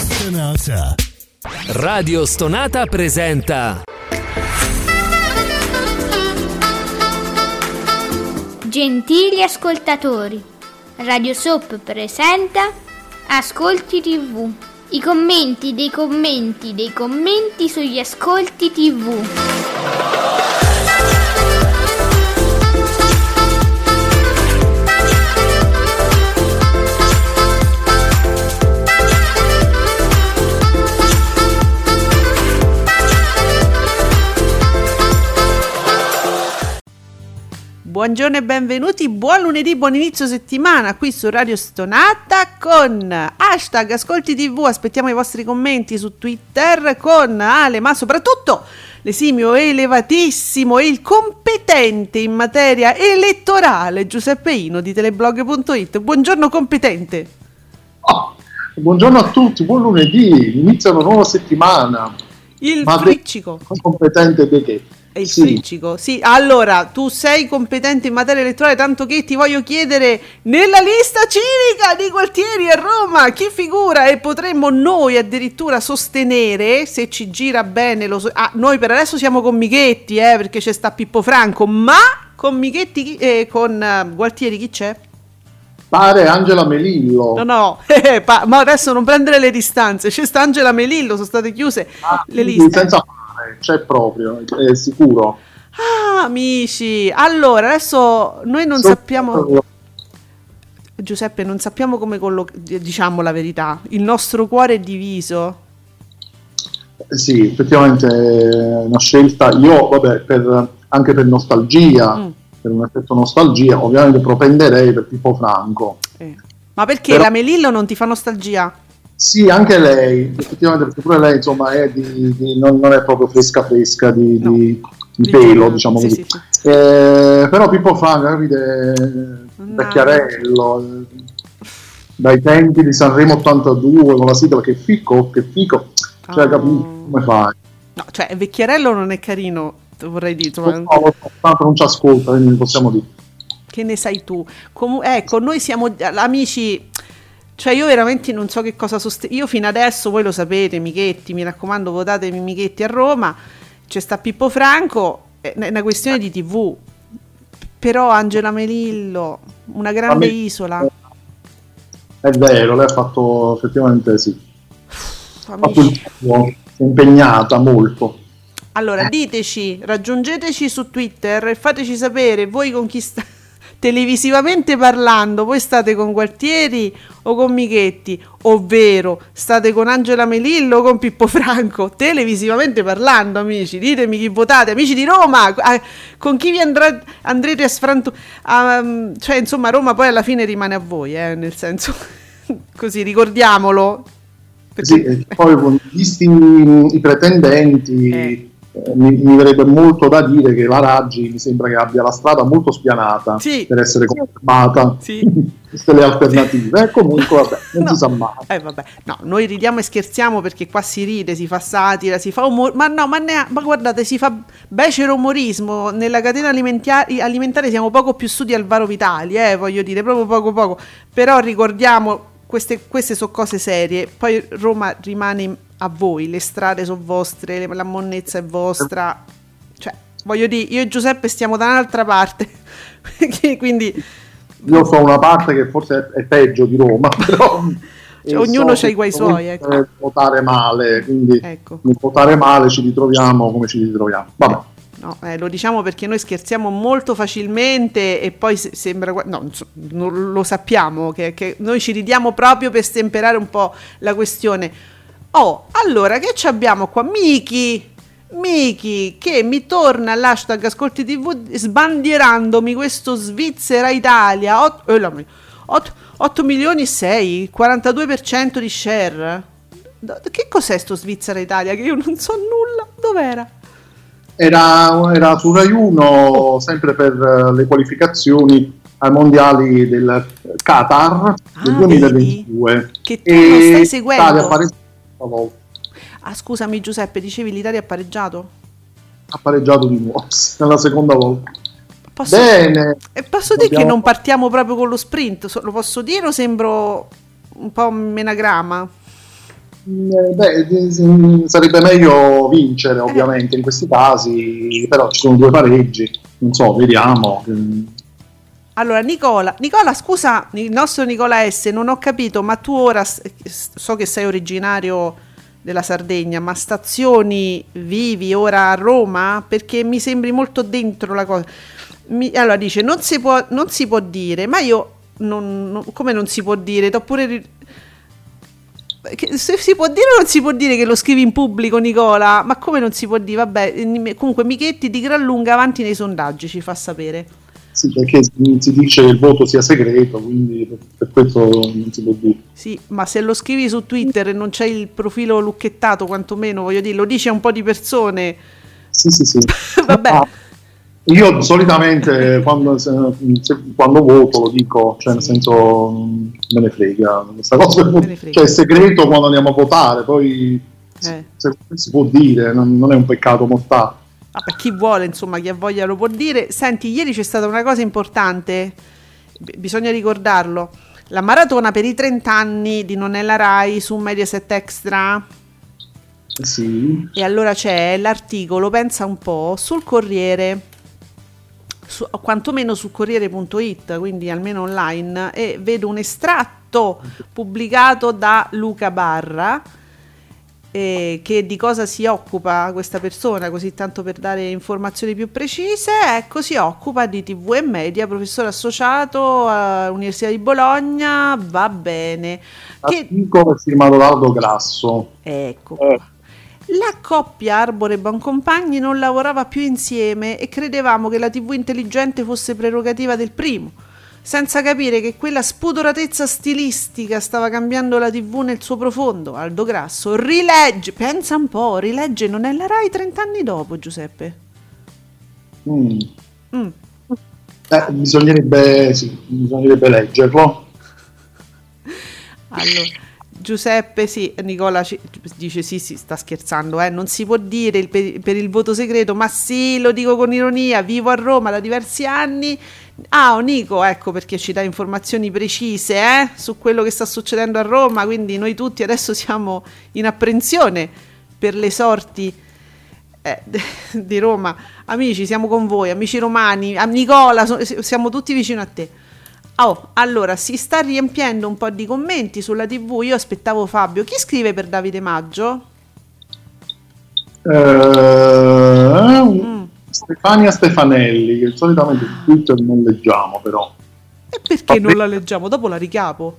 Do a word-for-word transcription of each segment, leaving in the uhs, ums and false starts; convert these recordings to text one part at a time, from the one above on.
Stonata. Radio Stonata presenta Gentili ascoltatori, Radio Soap presenta Ascolti tivù. I commenti dei commenti dei commenti sugli ascolti tivù. Buongiorno e benvenuti, buon lunedì, buon inizio settimana qui su Radio Stonata con hashtag Ascolti tivù. Aspettiamo i vostri commenti su Twitter con Ale, ma soprattutto l'esimio, elevatissimo e il competente in materia elettorale Giuseppe Ino di teleblog punto it. Buongiorno competente. Oh, buongiorno a tutti, buon lunedì, inizia una nuova settimana. Il ma friccico. De- competente di che? È il sì. friccico, sì. Allora, tu sei competente in materia elettorale, tanto che ti voglio chiedere, nella lista civica di Gualtieri a Roma, chi figura? E potremmo noi addirittura sostenere, se ci gira bene, lo so- ah, noi per adesso siamo con Michetti, eh, perché c'è sta Pippo Franco, ma con Michetti e eh, con uh, Gualtieri chi c'è? Pare Angela Melillo. No, no, eh, pa- ma adesso non prendere le distanze, c'è sta Angela Melillo, sono state chiuse ah, le liste. Senza fare, c'è proprio, è sicuro. Ah, amici, allora adesso noi non so, sappiamo... Giuseppe, non sappiamo come collo- diciamo la verità, il nostro cuore è diviso. Sì, effettivamente è una scelta, io vabbè, per, anche per nostalgia, mm. per un effetto nostalgia, ovviamente propenderei per Pippo Franco. Eh. Ma perché Però, la Melillo non ti fa nostalgia? Sì, anche lei, effettivamente, perché pure lei insomma è di, di, non, non è proprio fresca fresca di, no. di, di pelo, diciamo sì, così. Sì, sì. Eh, però Pippo Franco, capite, no. vecchiarello, dai tempi di Sanremo ottantadue con la sigla che fico, che fico, cioè oh. capito come fai? No, cioè vecchiarello non è carino, vorrei dire. No, no, tanto non ci ascolta, quindi possiamo dire. Che ne sai tu? Comu- ecco, noi siamo amici. Cioè io veramente non so che cosa sostenere. Io fino adesso, voi lo sapete, Michetti, mi raccomando, votatemi Michetti a Roma. C'è sta Pippo Franco, è una questione di tivù. Però Angela Melillo, una grande me... isola. È vero, lei ha fatto effettivamente sì. Uff, ha fatto il suo, si è impegnata molto. Allora diteci, raggiungeteci su Twitter e fateci sapere voi con chi sta... televisivamente parlando, voi state con Gualtieri o con Michetti, ovvero state con Angela Melillo o con Pippo Franco, televisivamente parlando, amici, ditemi chi votate, amici di Roma, con chi vi andrà, andrete a sfrantare, um, cioè insomma Roma poi alla fine rimane a voi, eh, nel senso, così ricordiamolo. Perché... Sì, e poi con visti i pretendenti... Eh. Eh, mi, mi verrebbe molto da dire che la Raggi mi sembra che abbia la strada molto spianata sì. per essere confermata sì. queste le alternative sì. e comunque vabbè non no. si sa mai eh, vabbè. No, noi ridiamo e scherziamo perché qua si ride, si fa satira, si fa umor, ma no ma, ne, ma guardate si fa becero umorismo nella catena alimentare, alimentare siamo poco più su di Alvaro Vitali, eh, voglio dire proprio poco poco, però ricordiamo queste, queste sono cose serie, poi Roma rimane a voi, le strade sono vostre, la monnezza è vostra, cioè voglio dire, io e Giuseppe stiamo da un'altra parte, quindi io so una parte che forse è peggio di Roma, però cioè, ognuno so c'ha i guai suoi, ecco. Votare male, quindi ecco. non votare male ci ritroviamo come ci ritroviamo, vabbè. No, eh, lo diciamo perché noi scherziamo molto facilmente e poi se- sembra, no, non lo sappiamo che, che noi ci ridiamo proprio per stemperare un po' la questione. Oh, allora che ci abbiamo qua? Miki, Miki che mi torna all'hashtag Ascolti tivù sbandierandomi questo Svizzera Italia otto milioni e sei, quarantadue per cento di share. Che cos'è sto Svizzera Italia che io non so nulla? Dov'era? Era, era su Rai uno sempre per le qualificazioni ai mondiali del Qatar ah, del duemilaventidue vedi? Che tu non stai seguendo. Ah, scusami Giuseppe, dicevi l'Italia ha pareggiato? Ha pareggiato di nuovo nella seconda volta. Posso, Bene. E posso dire che non partiamo proprio con lo sprint? Lo posso dire o sembro un po' menagrama? Beh, sarebbe meglio vincere ovviamente in questi casi, però ci sono due pareggi, non so, vediamo. Allora Nicola, Nicola scusa, il nostro Nicola S, non ho capito, ma tu ora, so che sei originario della Sardegna, ma stazioni vivi ora a Roma? Perché mi sembri molto dentro la cosa. Mi, allora dice, non si può, non si può dire, ma io, non, non, come non si può dire? T'ho pure... Che, se si può dire o non si può dire che lo scrivi in pubblico, Nicola? Ma come non si può dire? Vabbè, comunque Michetti di gran lunga avanti nei sondaggi, ci fa sapere. Sì, perché si dice che il voto sia segreto, quindi per, per questo non si può dire. Sì, ma se lo scrivi su Twitter e non c'è il profilo lucchettato, quantomeno, voglio dire, lo dice a un po' di persone. Sì, sì, sì. Vabbè. Ah, io solitamente quando, se, quando voto lo dico, cioè nel senso me ne frega questa cosa, ne frega. Cioè è segreto quando andiamo a votare, poi eh. se, si può dire, non, non è un peccato mortale. Vabbè, chi vuole, insomma, chi ha voglia lo può dire. Senti, ieri c'è stata una cosa importante, B- bisogna ricordarlo, la maratona per i trenta anni di Nonella Rai su Mediaset Extra. Sì. E allora c'è l'articolo, pensa un po', sul Corriere, su, quantomeno su Corriere punto it, quindi almeno online, e vedo un estratto pubblicato da Luca Barra, eh, che di cosa si occupa questa persona, così tanto per dare informazioni più precise. Ecco, si occupa di tivù e media, professore associato all'Università di Bologna, va bene. L'articolo è firmato da Aldo Grasso. Ecco qua. La coppia Arbore Boncompagni non lavorava più insieme e credevamo che la tivù intelligente fosse prerogativa del primo, senza capire che quella spudoratezza stilistica stava cambiando la tivù nel suo profondo. Aldo Grasso rilegge, pensa un po', rilegge Nonella Rai trenta anni dopo, Giuseppe. Mm. Mm. Eh, bisognerebbe, sì, bisognerebbe leggerlo. Allora, Giuseppe, sì, Nicola ci, dice sì, sì, sta scherzando, eh, non si può dire il, per, per il voto segreto, ma sì, lo dico con ironia, vivo a Roma da diversi anni. Ah, oh, Nico, ecco perché ci dà informazioni precise eh, su quello che sta succedendo a Roma, quindi noi tutti adesso siamo in apprensione per le sorti eh, di Roma. Amici, siamo con voi, amici romani, a Nicola, so, siamo tutti vicino a te. Oh, allora, si sta riempiendo un po' di commenti sulla tivù, io aspettavo Fabio. Chi scrive per Davide Maggio? Uh, mm. Stefania Stefanelli, che solitamente su Twitter non leggiamo però. E perché non la leggiamo? Dopo la ricapo.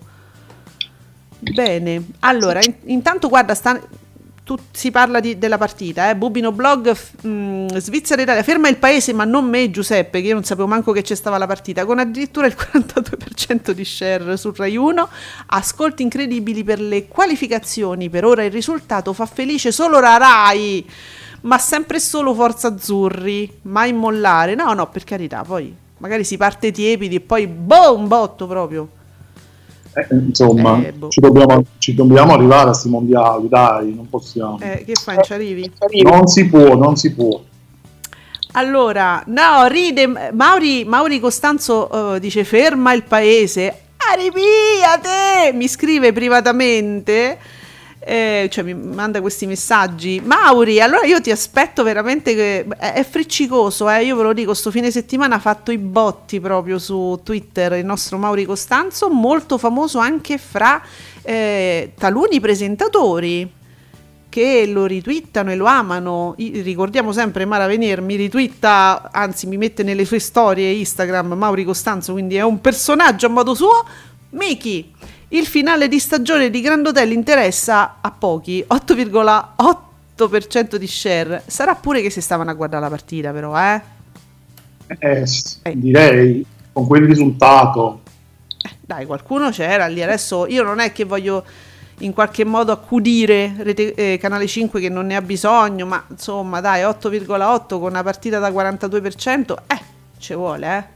Bene, allora, in, intanto guarda, sta, tu, si parla di, della partita, eh? Bubino Blog, mh, Svizzera Italia, ferma il paese ma non me, Giuseppe, che io non sapevo manco che c'è stava la partita, con addirittura il quarantadue per cento di share su Rai uno, ascolti incredibili per le qualificazioni, per ora il risultato fa felice solo la Rai, ma sempre solo Forza Azzurri, mai mollare, no no, per carità, poi magari si parte tiepidi e poi boom, botto proprio. Eh, insomma, eh, boh. ci, dobbiamo, ci dobbiamo arrivare a questi mondiali, dai, non possiamo. Eh, che fai, ci arrivi? Non si può, non si può. Allora, no, ride Mauri, Mauri Costanzo uh, dice ferma il paese. Arrabbiate! Mi scrive privatamente, eh, cioè mi manda questi messaggi. Mauri, allora io ti aspetto veramente, che è, è friccicoso, eh, io ve lo dico, sto fine settimana ha fatto i botti proprio su Twitter il nostro Mauri Costanzo, molto famoso anche fra eh, taluni presentatori che lo ritwittano e lo amano. I, ricordiamo sempre Mara Venier mi ritwitta, anzi mi mette nelle sue storie Instagram Mauri Costanzo, quindi è un personaggio a modo suo. Miki, il finale di stagione di Grand Hotel interessa a pochi, otto virgola otto per cento di share. Sarà pure che si stavano a guardare la partita però, eh? Eh, eh. Direi, con quel risultato. Eh, dai, qualcuno c'era lì. Adesso io non è che voglio in qualche modo accudire Rete, eh, Canale cinque che non ne ha bisogno, ma insomma dai, otto virgola otto con una partita da quarantadue per cento, eh, ci vuole, eh.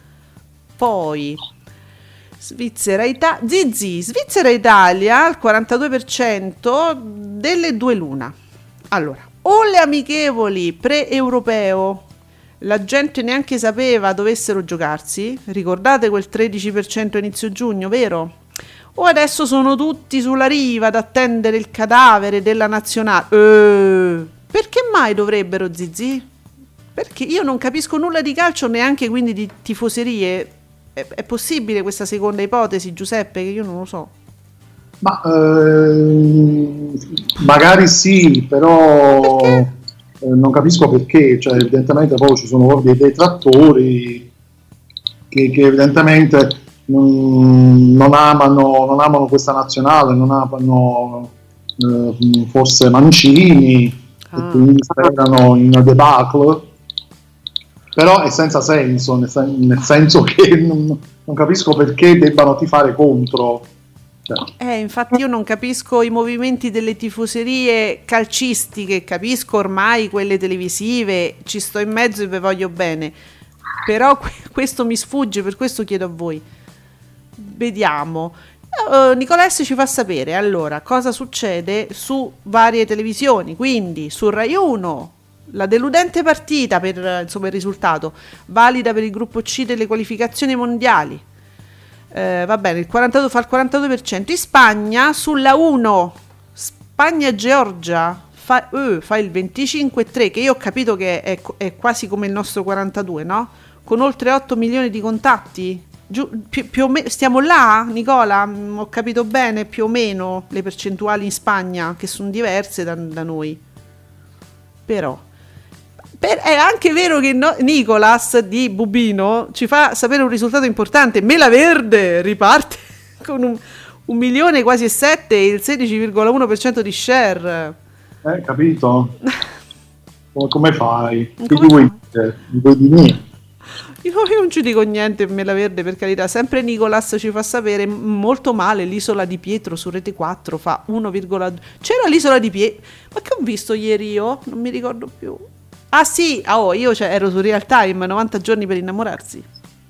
Poi Svizzera Italia, Zizi, Svizzera Italia al quarantadue per cento, delle due l'una. Allora, o le amichevoli pre-europeo la gente neanche sapeva dovessero giocarsi, ricordate quel tredici per cento inizio giugno, vero? O adesso sono tutti sulla riva ad attendere il cadavere della nazionale? Eh, perché mai dovrebbero, Zizi? Perché io non capisco nulla di calcio, neanche quindi di tifoserie. È, è possibile questa seconda ipotesi, Giuseppe, che io non lo so? Ma eh, magari sì, però eh, non capisco perché. Cioè, evidentemente poi ci sono dei detrattori che, che evidentemente non, non, amano, non amano questa nazionale, non amano eh, forse Mancini, ah. e quindi sperano in una debacle. Però è senza senso, nel, sen- nel senso che non, non capisco perché debbano tifare contro. Cioè. Eh, infatti io non capisco i movimenti delle tifoserie calcistiche, capisco ormai quelle televisive, ci sto in mezzo e ve voglio bene, però que- questo mi sfugge, per questo chiedo a voi. Vediamo. Uh, Nicola S ci fa sapere allora cosa succede su varie televisioni, quindi su Rai uno. La deludente partita per insomma il risultato, valida per il gruppo C delle qualificazioni mondiali. Eh, va bene, il quarantadue fa il quarantadue per cento. In Spagna sulla uno Spagna-Georgia fa, uh, fa il venticinque virgola tre, che io ho capito che è, è quasi come il nostro quarantadue, no? Con oltre otto milioni di contatti. Giù, più, più o meno, stiamo là, Nicola? Mm, ho capito bene più o meno le percentuali in Spagna, che sono diverse da, da noi. Però Per, è anche vero che no, Nicolas di Bubino ci fa sapere un risultato importante. Mela Verde riparte con un, un milione quasi e sette e il sedici virgola uno per cento di share. Eh, capito? come, come fai? Come che ti vuoi dire? Vuoi di me? Io, io non ci dico niente, Mela Verde, per carità. Sempre Nicolas ci fa sapere molto male l'Isola di Pietro su Rete quattro fa uno virgola due. C'era l'Isola di Pietro, ma che ho visto ieri io? Non mi ricordo più. Ah sì, oh, io cioè, ero su Real Time, novanta giorni per innamorarsi.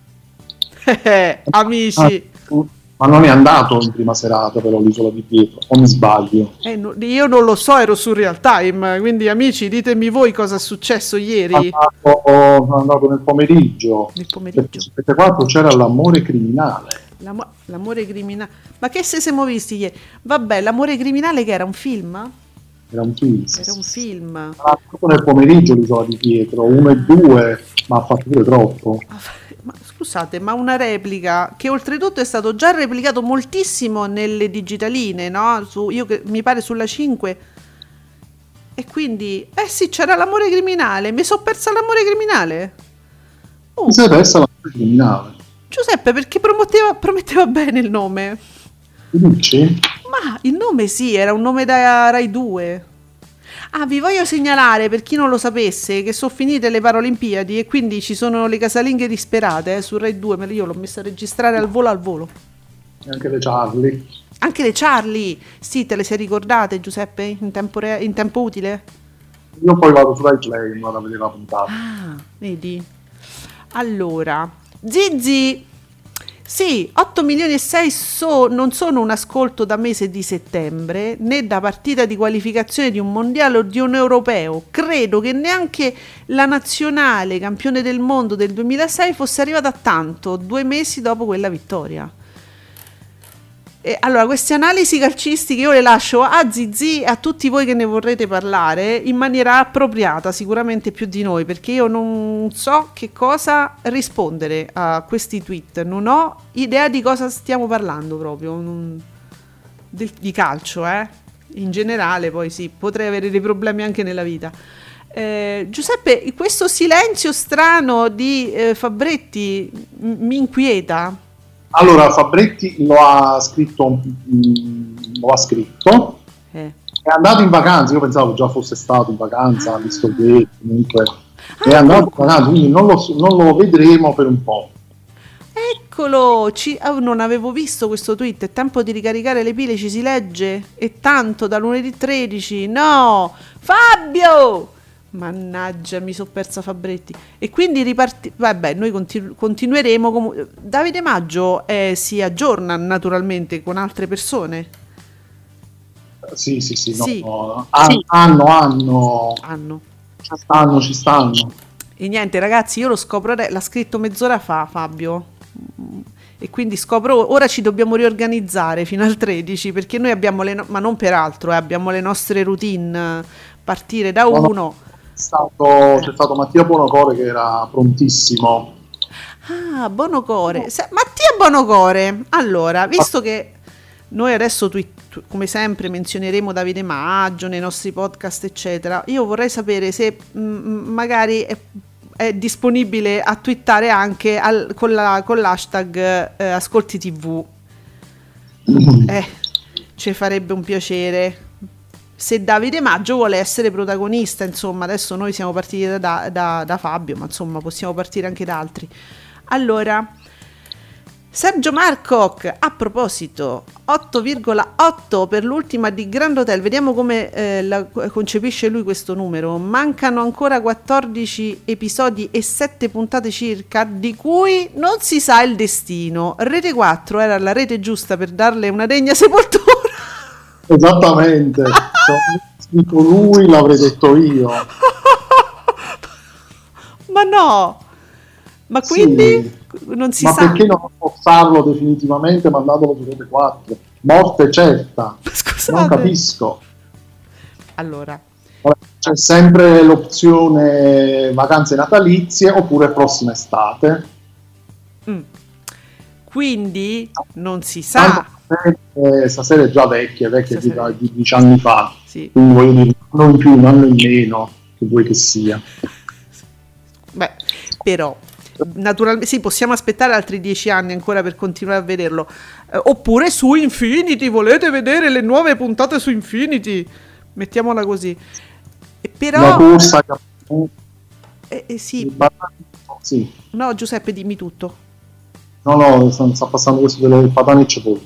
Amici. Ah, ma non è andato in prima serata però l'Isola di Pietro, o mi sbaglio? Eh, no, io non lo so, ero su Real Time, quindi amici ditemi voi cosa è successo ieri. Sono andato nel pomeriggio. Nel pomeriggio. Su Rete quattro c'era L'amore criminale. L'amo- l'amore criminale. Ma che se siamo visti ieri? Vabbè, L'amore criminale che era un film? Era un film. Era un film. Ah, nel pomeriggio l'Isola di Pietro, uno e due, ma ha fatto pure troppo. Ma scusate, ma una replica che oltretutto è stato già replicato moltissimo nelle digitaline, no? Su, io che mi pare sulla cinque. E quindi, eh sì, c'era L'amore criminale. Mi sono persa L'amore criminale. Uh. Mi sei persa L'amore criminale. Giuseppe, perché prometteva, prometteva bene il nome. Dici? Ma il nome sì, era un nome da Rai due. Ah, vi voglio segnalare, per chi non lo sapesse, che sono finite le Paralimpiadi e quindi ci sono le casalinghe disperate eh, su Rai due, ma io l'ho messa a registrare al volo al volo. E anche le Charlie. Anche le Charlie. Sì, te le sei ricordate, Giuseppe, in tempo, re- in tempo utile? Io poi vado su Rai Play, vado a vedere la puntata. Ah, vedi. Allora, Zizi. Sì, otto milioni e sei so, non sono un ascolto da mese di settembre, né da partita di qualificazione di un mondiale o di un europeo. Credo che neanche la nazionale campione del mondo del duemilasei fosse arrivata a tanto, due mesi dopo quella vittoria. E allora, queste analisi calcistiche io le lascio a Zizi e a tutti voi che ne vorrete parlare in maniera appropriata, sicuramente più di noi, perché io non so che cosa rispondere a questi tweet, non ho idea di cosa stiamo parlando proprio, non, del, di calcio, eh? In generale poi sì, potrei avere dei problemi anche nella vita. Eh, Giuseppe, questo silenzio strano di eh, Fabretti m- mi inquieta. Allora, Fabretti lo ha scritto, mh, lo ha scritto, eh. è andato in vacanza, io pensavo già fosse stato in vacanza, ah. visto che comunque ah, è andato in vacanza, quindi non lo, non lo vedremo per un po'. Eccolo, ci, oh, non avevo visto questo tweet, è tempo di ricaricare le pile, ci si legge, e tanto da lunedì tredici, no, Fabio! Mannaggia, mi sono persa Fabretti. E quindi riparti. Vabbè, noi continu- continueremo. Com- Davide Maggio eh, si aggiorna naturalmente con altre persone. Sì, sì, sì. No, sì. no. An- sì. Anno, anno. Anno. Ci stanno, ci stanno. E niente, ragazzi, io lo scopro. L'ha scritto mezz'ora fa Fabio. e quindi scopro, ora ci dobbiamo riorganizzare fino al tredici, perché noi abbiamo le, no- ma non per altro, eh, abbiamo le nostre routine, partire da uno. No, c'è stato, c'è stato Mattia Bonocore che era prontissimo. Ah, Bonocore. Se- Mattia Bonocore. Allora, visto che noi adesso, tu, tu, come sempre, menzioneremo Davide Maggio nei nostri podcast, eccetera, io vorrei sapere se mh, magari è, è disponibile a twittare anche al, con, la, con l'hashtag eh, Ascolti tivù. Eh, ci farebbe un piacere. Se Davide Maggio vuole essere protagonista, insomma, adesso noi siamo partiti da, da, da Fabio, ma insomma possiamo partire anche da altri. Allora, Sergio Marcoc, a proposito, otto virgola otto per l'ultima di Grand Hotel, vediamo come eh, la, concepisce lui questo numero. Mancano ancora quattordici episodi e sette puntate circa, di cui non si sa il destino. Rete quattro era la rete giusta per darle una degna sepoltura. Esattamente, scritto lui, l'avrei detto io. Ma no, ma quindi sì. Non si ma sa. perché non forzarlo definitivamente mandandolo su Rete quattro? Morte certa. Scusate. Non capisco. Allora, c'è sempre l'opzione vacanze natalizie oppure prossima estate. Mm. Quindi non si sa. Eh, stasera è già vecchia, vecchia di, Stasera. di dieci anni fa. Sì. Quindi voglio dire, un anno in più, un anno in meno, che vuoi che sia. Beh, però naturalmente sì, possiamo aspettare altri dieci anni ancora per continuare a vederlo, eh, oppure su Infinity, volete vedere le nuove puntate su Infinity, mettiamola così. E però la corsa eh, eh, sì. sì. No, Giuseppe, dimmi tutto. No, no, sta, sta passando questo del patane e cipolle.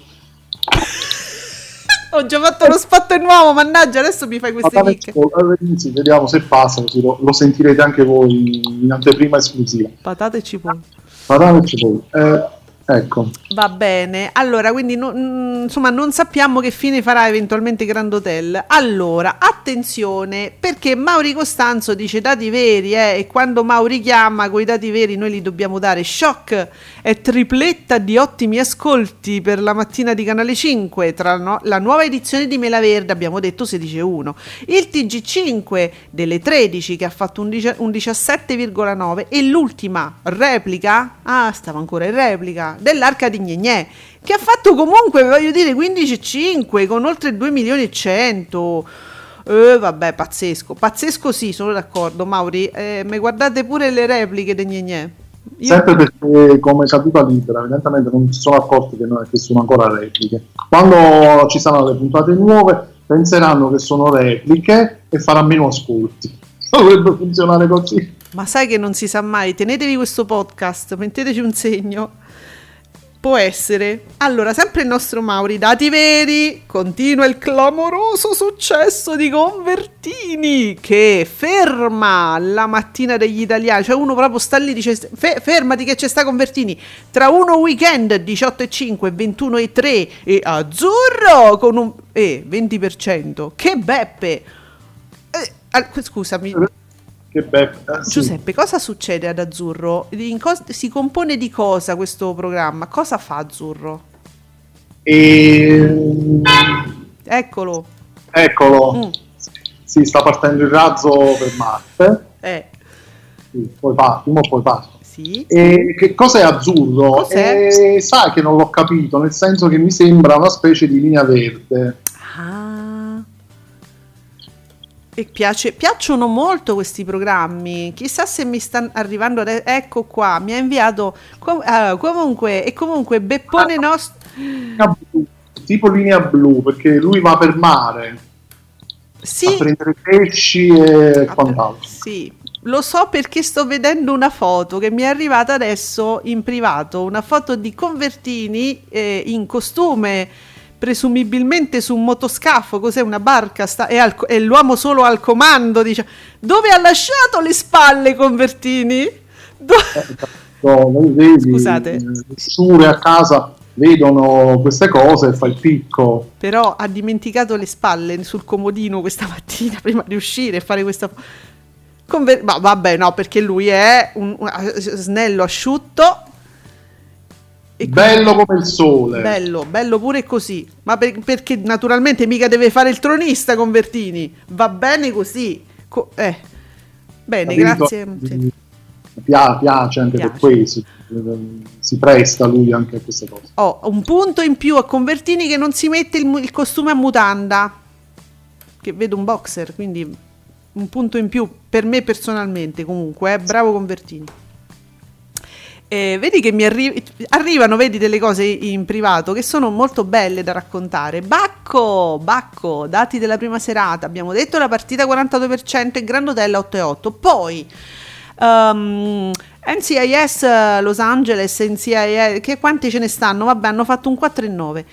Ho già fatto lo spot nuovo, mannaggia, adesso mi fai queste chicche. Sì, vediamo se passa, così lo, lo sentirete anche voi in anteprima esclusiva. Patate e cipolle. Patate e cipolle. Eh, ecco. Va bene, allora, quindi no, insomma non sappiamo che fine farà eventualmente Grand Hotel. Allora, attenzione, perché Mauri Costanzo dice dati veri, eh, e quando Mauri chiama coi dati veri noi li dobbiamo dare. Shock è tripletta di ottimi ascolti per la mattina di Canale cinque, tra no, la nuova edizione di Mela Verde, abbiamo detto sedici virgola uno, il T G cinque delle tredici che ha fatto un, un diciassette virgola nove e l'ultima replica, ah stava ancora in replica, dell'Arca di Gnegnè, che ha fatto comunque, voglio dire, quindici virgola cinque con oltre due milioni e cento. Eh, vabbè, pazzesco, pazzesco, sì, sono d'accordo, Mauri, eh, mi guardate pure le repliche di Gnegnè. Io... Sempre perché come caduta libera evidentemente non si sono accorti che, non è che sono ancora repliche. Quando ci saranno le puntate nuove penseranno che sono repliche e faranno meno ascolti. Dovrebbe funzionare così. Ma sai che non si sa mai, tenetevi questo podcast, metteteci un segno. Può essere. Allora, sempre il nostro Mauri, dati veri, continua il clamoroso successo di Convertini, che ferma la mattina degli italiani, cioè uno proprio sta lì, dice Fe- fermati che c'è sta Convertini, tra uno weekend diciotto virgola cinque, ventuno virgola tre e Azzurro con un eh, venti per cento, che beppe. Eh, ah, scusami. Che beppe. Eh, Giuseppe, sì. Cosa succede ad Azzurro? In cos- si compone di cosa questo programma? Cosa fa Azzurro? E... Eccolo. Eccolo. Mm. Sì, sta partendo il razzo per Marte. Eh. Sì, poi va, prima o poi va. Sì. E che cos'è Azzurro? Cos'è? E sai che non l'ho capito, nel senso che mi sembra una specie di linea verde. Ah. E piace, piacciono molto questi programmi. Chissà se mi stanno arrivando adesso. Ecco qua, mi ha inviato com- ah, comunque e comunque Beppone nostro tipo linea blu, perché lui va per mare. Sì. A prendere pesci e a quant'altro. Pre- sì. Lo so perché sto vedendo una foto che mi è arrivata adesso in privato, una foto di Convertini eh, in costume, presumibilmente su un motoscafo, cos'è, una barca, sta, è, al, è l'uomo solo al comando, dice. Dove ha lasciato le spalle Convertini? Do- no, vedi, Scusate. Sure a casa vedono queste cose e fa il picco. Però ha dimenticato le spalle sul comodino questa mattina prima di uscire e fare questa... Conver- ma vabbè, no, perché lui è un, un snello asciutto E bello quindi, come il sole. Bello, bello pure così. Ma per, perché naturalmente mica deve fare il tronista Convertini. Va bene così. Co- eh. Bene, Capito? grazie. Sì. Pia- piace anche piace. Per questo. Si presta lui anche a queste cose. Ho oh, un punto in più a Convertini che non si mette il, il costume a mutanda. Che vedo un boxer, quindi un punto in più per me personalmente comunque. Eh. Bravo Convertini. Eh, vedi che mi arri- arrivano, vedi, delle cose in privato che sono molto belle da raccontare. Bacco, Bacco, dati della prima serata. Abbiamo detto la partita quarantadue per cento e Grand Hotel otto virgola otto. Poi um, N C I S Los Angeles, N C I S, che quanti ce ne stanno? Vabbè, hanno fatto un quattro virgola nove.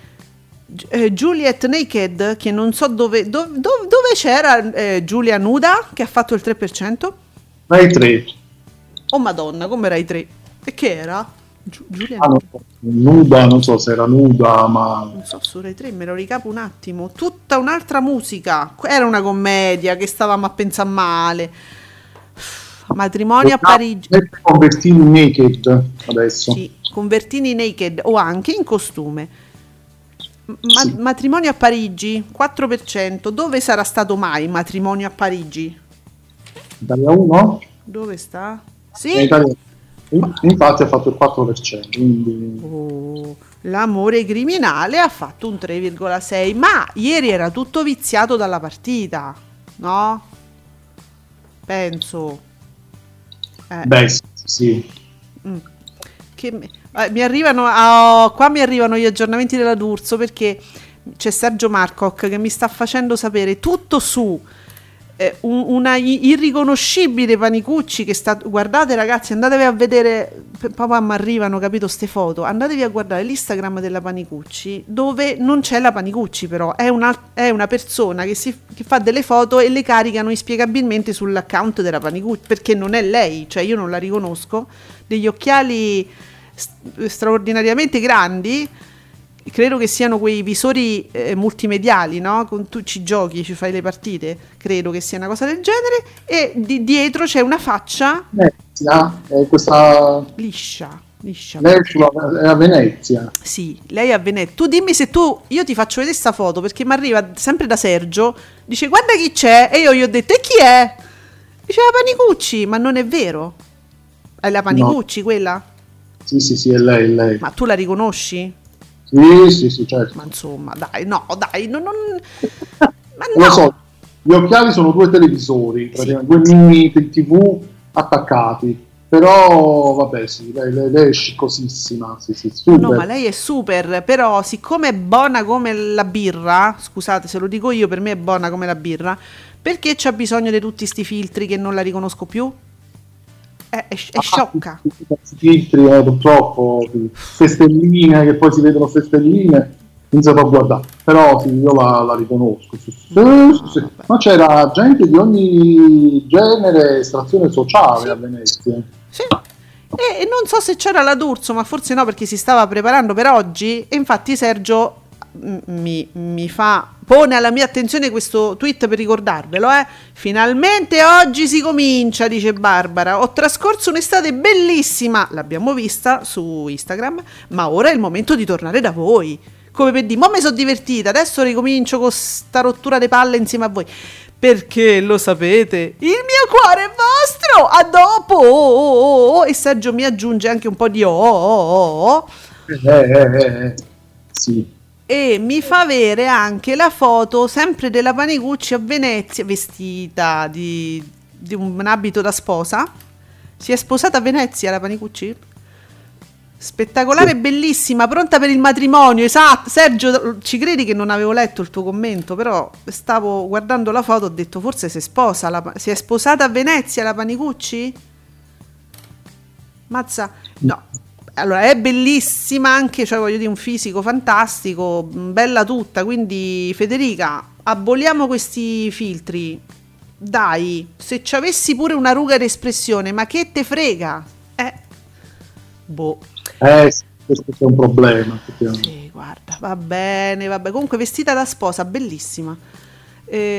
Eh, Juliet Naked, che non so dove, dove, dove c'era eh, Giulia Nuda, che ha fatto il tre per cento. Rai tre. Oh madonna, come Rai tre? E che era? Gi- Giulia ah, non so, nuda, non so se era nuda, ma non so, su Rai tre me lo ricapo un attimo. Tutta un'altra musica. Era una commedia che stavamo a pensare male. Matrimonio a Parigi. Convertini Naked adesso. Sì, Convertini Naked o anche in costume. Ma- sì. Matrimonio a Parigi, quattro per cento. Dove sarà stato mai Matrimonio a Parigi? Italia uno? Dove sta? Sì. Italia... Infatti ha fatto il quattro per cento. Quindi... Oh, l'amore criminale ha fatto un tre virgola sei. Ma ieri era tutto viziato dalla partita, no? Penso. Eh. Beh, sì. Mm. Che me... eh, mi arrivano oh, qua mi arrivano gli aggiornamenti della D'Urso, perché c'è Sergio Marcoc che mi sta facendo sapere tutto su eh, un, una irriconoscibile Panicucci che sta, guardate ragazzi, andatevi a vedere, proprio mi arrivano, capito, ste foto, andatevi a guardare l'Instagram della Panicucci, dove non c'è la Panicucci, però è una, è una persona che, si, che fa delle foto e le caricano inspiegabilmente sull'account della Panicucci, perché non è lei, cioè io non la riconosco, degli occhiali st- straordinariamente grandi, credo che siano quei visori eh, multimediali, no? Con tu ci giochi, ci fai le partite, credo che sia una cosa del genere, e di- dietro c'è una faccia Venezia, è questa liscia, liscia. lei è a Venezia. Sì, lei è a Venezia. Tu dimmi se tu, io ti faccio vedere sta foto, perché mi arriva sempre da Sergio, dice guarda chi c'è, e io gli ho detto e chi è? Dice la Panicucci, ma non è vero. È la Panicucci, no. Quella? Sì, sì, sì, è lei, è lei. Ma tu la riconosci? Sì, sì, sì, certo. Ma insomma, dai, no, dai, non... non... Ma no. Lo so, gli occhiali sono due televisori, sì, due mini tivù attaccati, però vabbè, sì, lei, lei, lei è sciccosissima, sì, sì, super. No, ma lei è super, però siccome è buona come la birra, scusate se lo dico io, per me è buona come la birra, perché c'ha bisogno di tutti sti filtri che non la riconosco più? È, è, è ah, sciocca. Questi filtri, eh, purtroppo, queste stelline che poi si vedono queste stelline, non si può guardare, però sì, io la, la riconosco. Sì, sì, no, sì. Ma c'era gente di ogni genere, estrazione sociale, sì, a Venezia. Sì. E, e non so se c'era la D'Urso, ma forse no, perché si stava preparando per oggi, e infatti Sergio mi, mi fa pone alla mia attenzione questo tweet per ricordarvelo, eh. Finalmente oggi si comincia, dice Barbara, ho trascorso un'estate bellissima, l'abbiamo vista su Instagram, ma ora è il momento di tornare da voi, come per dire, mo mi sono divertita, adesso ricomincio con sta rottura di palle insieme a voi, perché lo sapete, il mio cuore è vostro, a dopo, oh, oh, oh. E Sergio mi aggiunge anche un po' di oh, oh, oh. Eh, eh, eh. Sì. E mi fa avere anche la foto sempre della Panicucci a Venezia, vestita di, di un abito da sposa. Si è sposata a Venezia la Panicucci? Spettacolare, sì, bellissima, pronta per il matrimonio, esatto. Sergio, ci credi che non avevo letto il tuo commento, però stavo guardando la foto, ho detto forse si sposa la, si è sposata a Venezia la Panicucci? Mazza, no. Allora, è bellissima anche, cioè voglio dire, un fisico fantastico, bella tutta, quindi Federica, aboliamo questi filtri, dai, se ci avessi pure una ruga d'espressione, ma che te frega? Eh, boh. Eh, questo è un problema. Sì, guarda, va bene, va bene, comunque vestita da sposa, bellissima.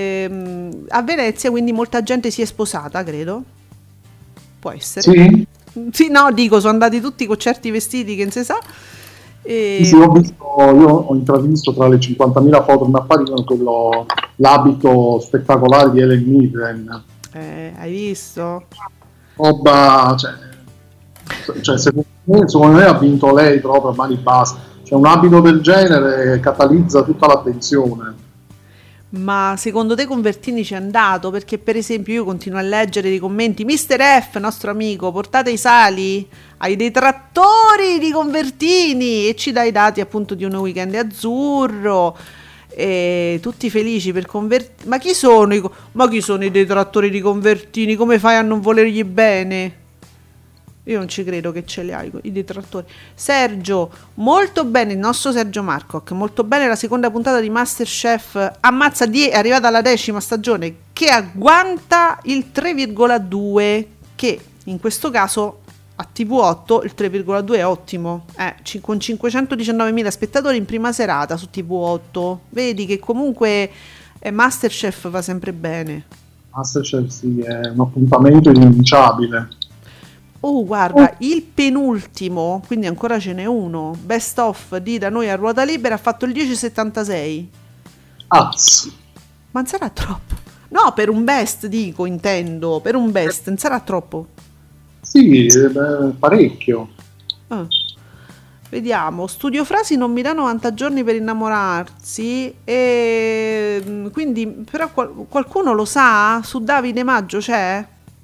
Ehm, a Venezia, quindi molta gente si è sposata, credo. Può essere. Sì. Sì, no, dico, sono andati tutti con certi vestiti che non si sa. E... Sì, ho visto, io ho intravisto tra le cinquantamila foto che mi apparivano quello, l'abito spettacolare di Helen Mirren. Eh, hai visto? Roba, cioè, cioè secondo, me, secondo me ha vinto lei proprio a mani basse. Cioè, un abito del genere catalizza tutta l'attenzione. Ma secondo te Convertini ci è andato? Perché per esempio io continuo a leggere dei commenti: mister F, nostro amico, portate i sali ai detrattori di Convertini, e ci dà i dati appunto di un weekend azzurro, e tutti felici per Convertini. Ma chi sono i, ma chi sono i detrattori di Convertini? Come fai a non volergli bene? Io non ci credo che ce li hai i detrattori. Sergio, molto bene, il nostro Sergio Marcoc, molto bene la seconda puntata di Masterchef, ammazza, die, è arrivata alla decima stagione, che agguanta il tre virgola due, che in questo caso a T V otto il tre virgola due è ottimo, eh, con cinquecentodiciannovemila spettatori in prima serata su T V otto, vedi che comunque eh, Masterchef va sempre bene. Masterchef sì, è un appuntamento irrinunciabile. Oh, guarda, il penultimo, quindi ancora ce n'è uno, Best of di Da Noi a Ruota Libera, ha fatto il dieci virgola settantasei. Ah, ma non sarà troppo? No, per un best dico, intendo, per un best, non sarà troppo? Sì, beh, parecchio. Ah. Vediamo, Studio Frasi non mi dà novanta giorni per innamorarsi, e quindi però qual- qualcuno lo sa? Su Davide Maggio c'è?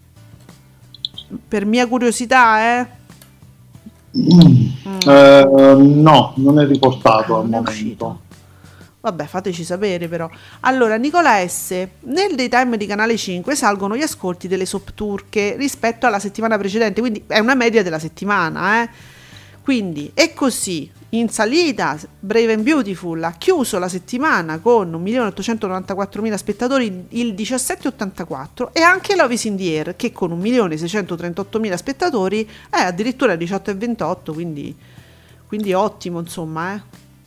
Per mia curiosità, eh? Mm. Mm. Eh, no, non è riportato ah, al non momento. È uscito. Vabbè, fateci sapere però. Allora, Nicola S. Nel daytime di Canale cinque salgono gli ascolti delle soap turche rispetto alla settimana precedente, quindi è una media della settimana, eh? Quindi è così, in salita Brave and Beautiful ha chiuso la settimana con un milione ottocentonovantaquattromila spettatori il diciassette ottantaquattro, e anche Love is in the Air che con un milione seicentotrentottomila spettatori è addirittura diciotto e ventotto, quindi, quindi ottimo, insomma, eh.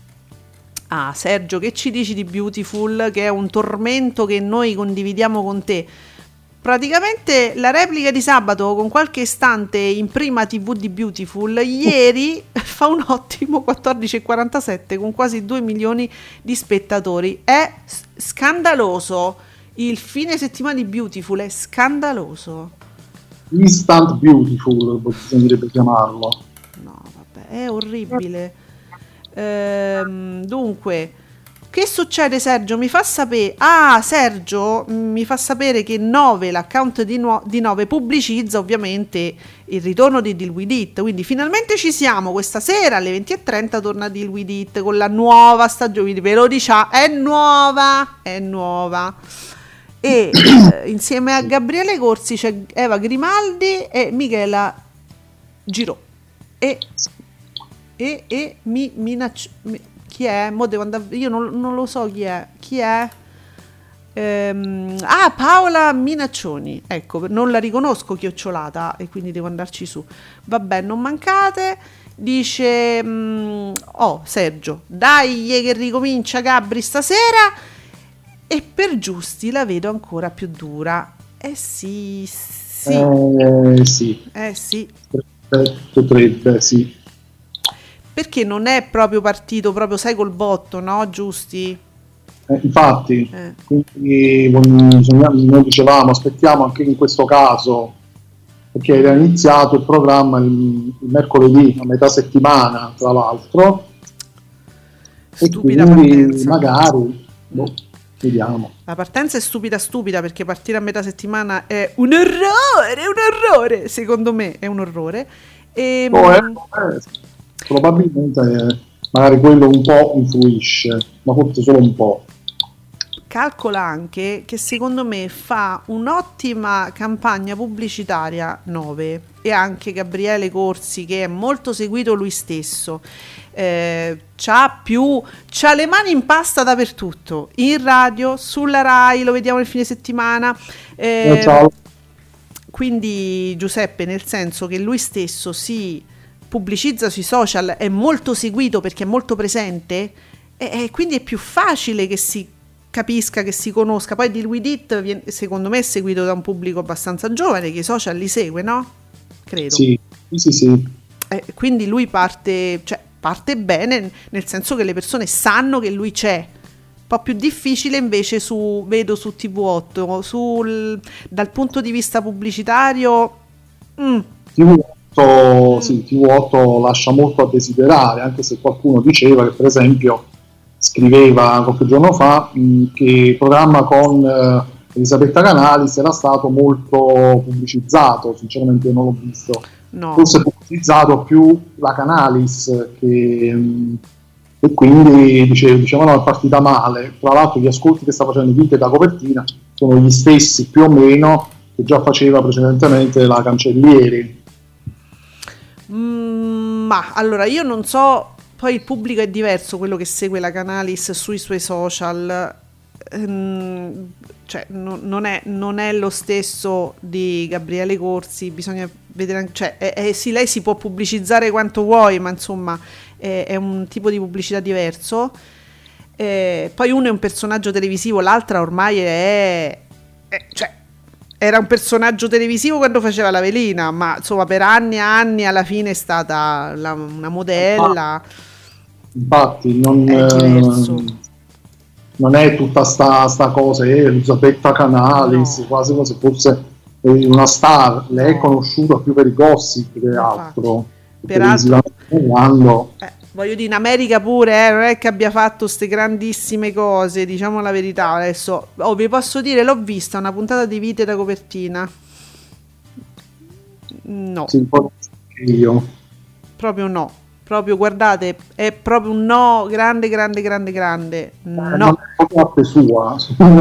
Ah, Sergio, che ci dici di Beautiful, che è un tormento che noi condividiamo con te? Praticamente la replica di sabato con qualche istante in prima tivù di Beautiful ieri fa un ottimo quattordici virgola quarantasette con quasi due milioni di spettatori. È scandaloso, il fine settimana di Beautiful è scandaloso. Instant Beautiful bisognerebbe chiamarlo. No, vabbè, è orribile. Ehm, dunque, che succede, Sergio? Mi fa sapere. Ah, Sergio mi fa sapere che nove, l'account di, nu- di nove pubblicizza ovviamente il ritorno di Deal With It, quindi finalmente ci siamo. Questa sera alle venti e trenta torna Deal With It con la nuova stagione, ve lo diciamo, è nuova, è nuova. E eh, insieme a Gabriele Corsi c'è Eva Grimaldi e Michela Girò e e, e mi minaccio mi, chi è? Mo devo andare, io non, non lo so chi è. Chi è? Ehm, ah, Paola Minaccioni. Ecco, non la riconosco chiocciolata e quindi devo andarci su. Vabbè, non mancate. Dice, mh, oh, Sergio, dai che ricomincia Gabri stasera. E per Giusti la vedo ancora più dura. Eh sì, sì. Eh sì. Eh sì. Potrebbe, sì. Perché non è proprio partito, proprio sai, col botto, no? Giusti? Eh, infatti, eh. quindi noi dicevamo, aspettiamo anche in questo caso, perché era iniziato il programma il, il mercoledì, a metà settimana, tra l'altro. Stupida e quindi partenza. Magari, boh, vediamo. La partenza è stupida stupida, perché partire a metà settimana è un orrore, è un orrore, secondo me è un orrore. E, oh, eh, eh. Probabilmente eh, magari quello un po' influisce, ma forse solo un po'. Calcola anche che secondo me fa un'ottima campagna pubblicitaria nove, e anche Gabriele Corsi, che è molto seguito lui stesso, eh, c'ha più c'ha le mani in pasta dappertutto, in radio, sulla Rai, lo vediamo il fine settimana, eh, eh, ciao. Quindi Giuseppe, nel senso che lui stesso si pubblicizza sui social, è molto seguito perché è molto presente, e, e quindi è più facile che si capisca, che si conosca. Poi Deal With It viene, secondo me, è seguito da un pubblico abbastanza giovane che i social li segue, no? Credo. Sì, Sì, sì, sì. Eh, quindi lui parte, cioè, parte bene, nel senso che le persone sanno che lui c'è. Un po' più difficile invece su, vedo su T V otto, sul, dal punto di vista pubblicitario. Mm. T V otto, mm. Sì, T V otto lascia molto a desiderare, anche se qualcuno diceva che, per esempio, scriveva qualche giorno fa mh, che il programma con eh, Elisabetta Canalis era stato molto pubblicizzato. Sinceramente non l'ho visto. No. Forse pubblicizzato più la Canalis che, mh, e quindi dice, dicevano è partita male. Tra l'altro gli ascolti che sta facendo Vite da copertina sono gli stessi più o meno che già faceva precedentemente la Cancellieri. Mm, ma allora io non so, poi il pubblico è diverso, quello che segue la Canalis sui suoi social, ehm, cioè no, non, è, non è lo stesso di Gabriele Corsi, bisogna vedere, cioè è, è, sì, lei si può pubblicizzare quanto vuoi, ma insomma è, è un tipo di pubblicità diverso. Eh, poi uno è un personaggio televisivo, l'altra ormai è, è cioè era un personaggio televisivo quando faceva la velina, ma insomma per anni e anni alla fine è stata la, una modella. Infatti non è, eh, non è tutta sta, sta cosa, eh, Elisabetta Canalis, no. Quasi come se fosse una star. Lei no. È conosciuta più per i gossip che altro. Peraltro, eh, voglio dire, in America pure eh, non è che abbia fatto queste grandissime cose, diciamo la verità. Adesso oh, vi posso dire, l'ho vista una puntata di Vite da copertina. No, sì, io. Proprio no. Proprio, guardate, è proprio un no grande, grande, grande, grande. No. Non è proprio arte sua.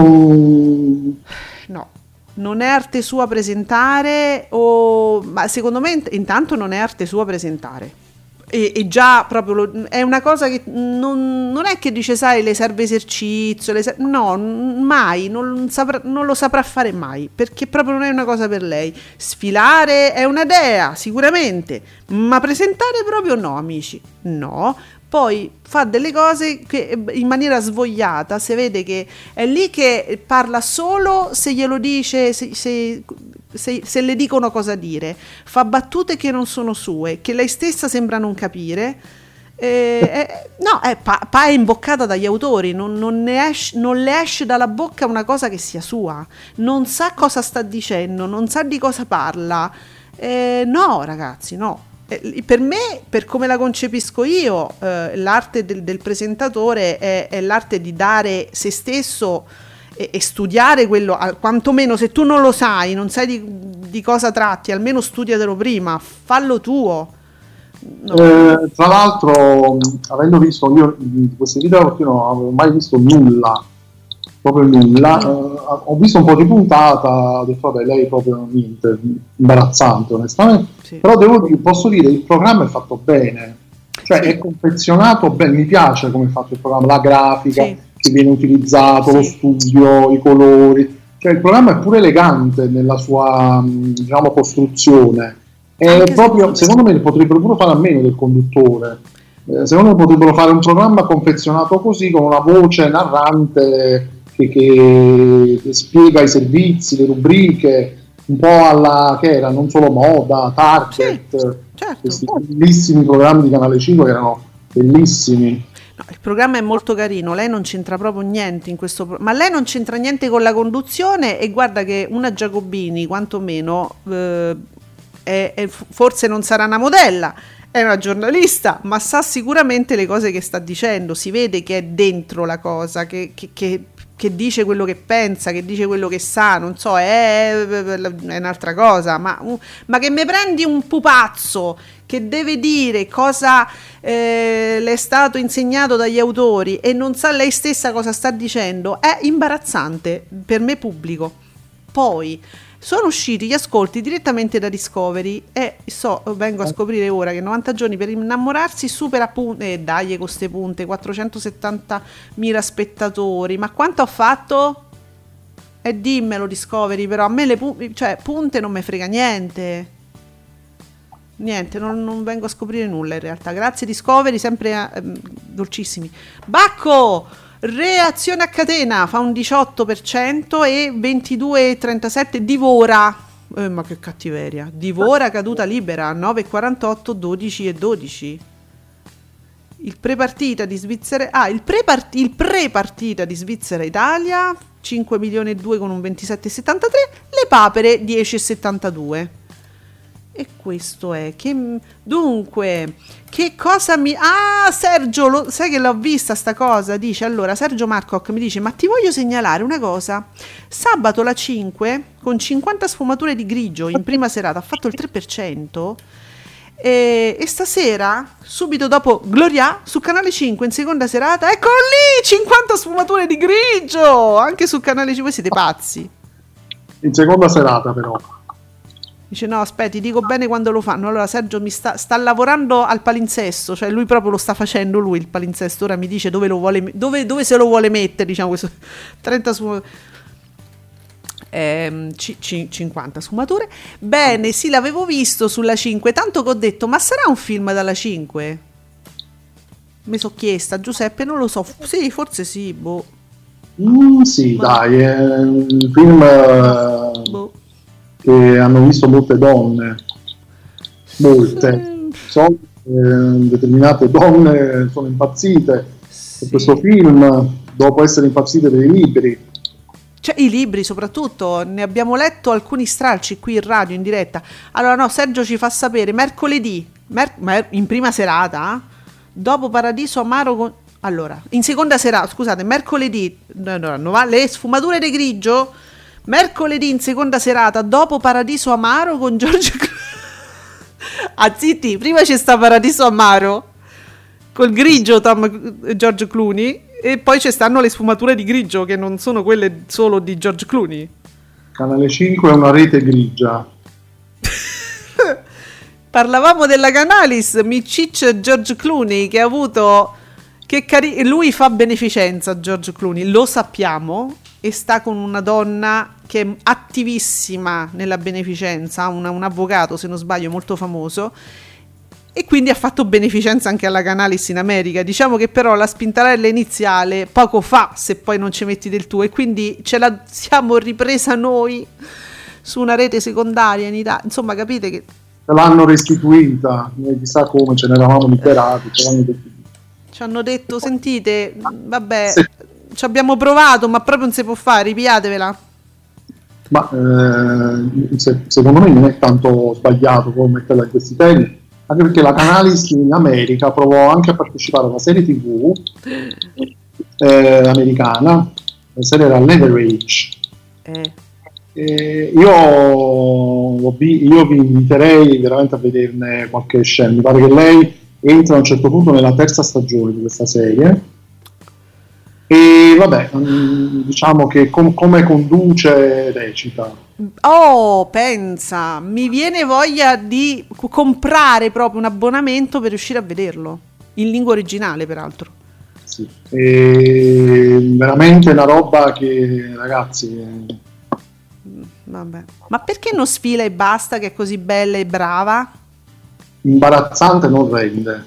Non... No, non è arte sua presentare, o... ma secondo me intanto non è arte sua presentare. E, e già proprio lo, è una cosa che non, non è che dice, sai, le serve esercizio, le serve, no, mai, non, saprà, non lo saprà fare mai, perché proprio non è una cosa per lei. Sfilare è una dea, sicuramente, ma presentare proprio no, amici, no. Poi fa delle cose che in maniera svogliata, si vede che è lì che parla solo se glielo dice, se, se, se, se le dicono cosa dire, fa battute che non sono sue, che lei stessa sembra non capire. Eh, eh, no, è, pa, pa è imboccata dagli autori, non, non, ne esce, non le esce dalla bocca una cosa che sia sua, non sa cosa sta dicendo, non sa di cosa parla. Eh, no, ragazzi, no. Per me, per come la concepisco io, eh, l'arte del, del presentatore è, è l'arte di dare se stesso e, e studiare quello, quantomeno se tu non lo sai, non sai di, di cosa tratti, almeno studiatelo prima, fallo tuo. No. Eh, tra l'altro, avendo visto io di questi video, io non avevo mai visto nulla, proprio nulla, mm. eh, ho visto un po' di puntata, ho detto vabbè, lei proprio niente, imbarazzante onestamente, sì. Però devo dire, posso dire, il programma è fatto bene, cioè sì. È confezionato bene, mi piace come è fatto il programma, la grafica sì. Che viene utilizzato, sì. Lo studio, i colori, cioè il programma è pure elegante nella sua, diciamo, costruzione, è proprio, secondo me potrebbero pure fare a meno del conduttore, eh, secondo me potrebbero fare un programma confezionato così, con una voce narrante Che, che, che spiega i servizi, le rubriche, un po' alla che era non solo moda, Target, sì, certo. Questi bellissimi programmi di Canale cinque che erano bellissimi. No, il programma è molto carino, lei non c'entra proprio niente in questo pro- ma lei non c'entra niente con la conduzione, e guarda che una Giacobini quantomeno eh, è, è, forse non sarà una modella, è una giornalista, ma sa sicuramente le cose che sta dicendo, si vede che è dentro la cosa, che, che, che che dice quello che pensa, che dice quello che sa, non so, è, è un'altra cosa, ma, ma che mi prendi un pupazzo che deve dire cosa eh, le è stato insegnato dagli autori e non sa lei stessa cosa sta dicendo, è imbarazzante per me pubblico. Poi sono usciti gli ascolti direttamente da Discovery e so, vengo a scoprire ora che novanta giorni per innamorarsi supera punte, eh, dai con ste punte, quattrocentosettantamila spettatori, ma quanto ho fatto? E eh, dimmelo Discovery, però a me le pu- cioè, punte non me frega niente, niente, non, non vengo a scoprire nulla in realtà, grazie Discovery, sempre eh, dolcissimi. Bacco! Reazione a catena fa un diciotto per cento e ventidue virgola trentasette divora Eh, ma che cattiveria. Divora caduta libera, nove e quarantotto, dodici e dodici. Il prepartita di Svizzera... Ah, il, prepart- il prepartita di Svizzera-Italia, cinque milioni e due con un ventisette virgola settantatré. Le papere, dieci virgola settantadue. E questo è che dunque che cosa mi ah Sergio lo, sai che l'ho vista sta cosa, dice allora Sergio Marcoc mi dice ma ti voglio segnalare una cosa, sabato la cinque con cinquanta sfumature di grigio in prima serata ha fatto il tre per cento e, e stasera subito dopo Gloria su canale cinque in seconda serata eccolo lì cinquanta sfumature di grigio anche su canale cinque. Siete pazzi, in seconda serata però. Dice no aspetta ti dico bene quando lo fanno. Allora Sergio mi sta, sta lavorando al palinsesto, cioè lui proprio lo sta facendo lui il palinsesto, ora mi dice dove lo vuole dove, dove se lo vuole mettere, diciamo questo trenta su ehm, c- c- cinquanta sfumature. Bene, sì, l'avevo visto sulla cinque, tanto che ho detto ma sarà un film dalla cinque? Mi sono chiesta, Giuseppe non lo so, sì forse sì, boh. Mm, sì ma... dai, è un film boh. Che hanno visto molte donne, molte, so, eh, determinate donne sono impazzite sì. per questo film, dopo essere impazzite per i libri. Cioè i libri soprattutto, ne abbiamo letto alcuni stralci qui in radio, in diretta. Allora no, Sergio ci fa sapere, mercoledì, mer- mer- in prima serata, dopo Paradiso Amaro con... Allora, in seconda serata, scusate, mercoledì, no, no, no, le sfumature di grigio... Mercoledì in seconda serata dopo Paradiso Amaro con George Clooney. Ah zitti, prima c'è sta Paradiso Amaro col grigio Tom, George Clooney e poi ci stanno le sfumature di grigio che non sono quelle solo di George Clooney. Canale cinque è una rete grigia. Parlavamo della Canalis, Micic George Clooney che ha avuto che cari- lui fa beneficenza George Clooney, lo sappiamo, e sta con una donna che è attivissima nella beneficenza, una, un avvocato se non sbaglio molto famoso, e quindi ha fatto beneficenza anche alla Canalis in America. Diciamo che però la spintarella iniziale poco fa se poi non ci metti del tuo, e quindi ce la siamo ripresa noi su una rete secondaria in Italia, insomma capite che ce l'hanno restituita, chissà come ce ne eravamo liberati, ce l'hanno ci hanno detto sentite vabbè sì. Ci abbiamo provato ma proprio non si può fare, ripiatevela. Ma eh, se, secondo me non è tanto sbagliato come metterla in questi temi, anche perché la Canalis in America provò anche a partecipare a una serie tv eh, americana, la serie era Leverage. Eh. Eh, io, io vi inviterei veramente a vederne qualche scena. Mi pare che lei entra a un certo punto nella terza stagione di questa serie. E vabbè, diciamo che com- come conduce recita. Oh, pensa, mi viene voglia di c- comprare proprio un abbonamento per riuscire a vederlo in lingua originale, peraltro. Sì, è veramente una roba che, ragazzi, è... vabbè. Ma perché non sfila e basta, che è così bella e brava? Imbarazzante non rende.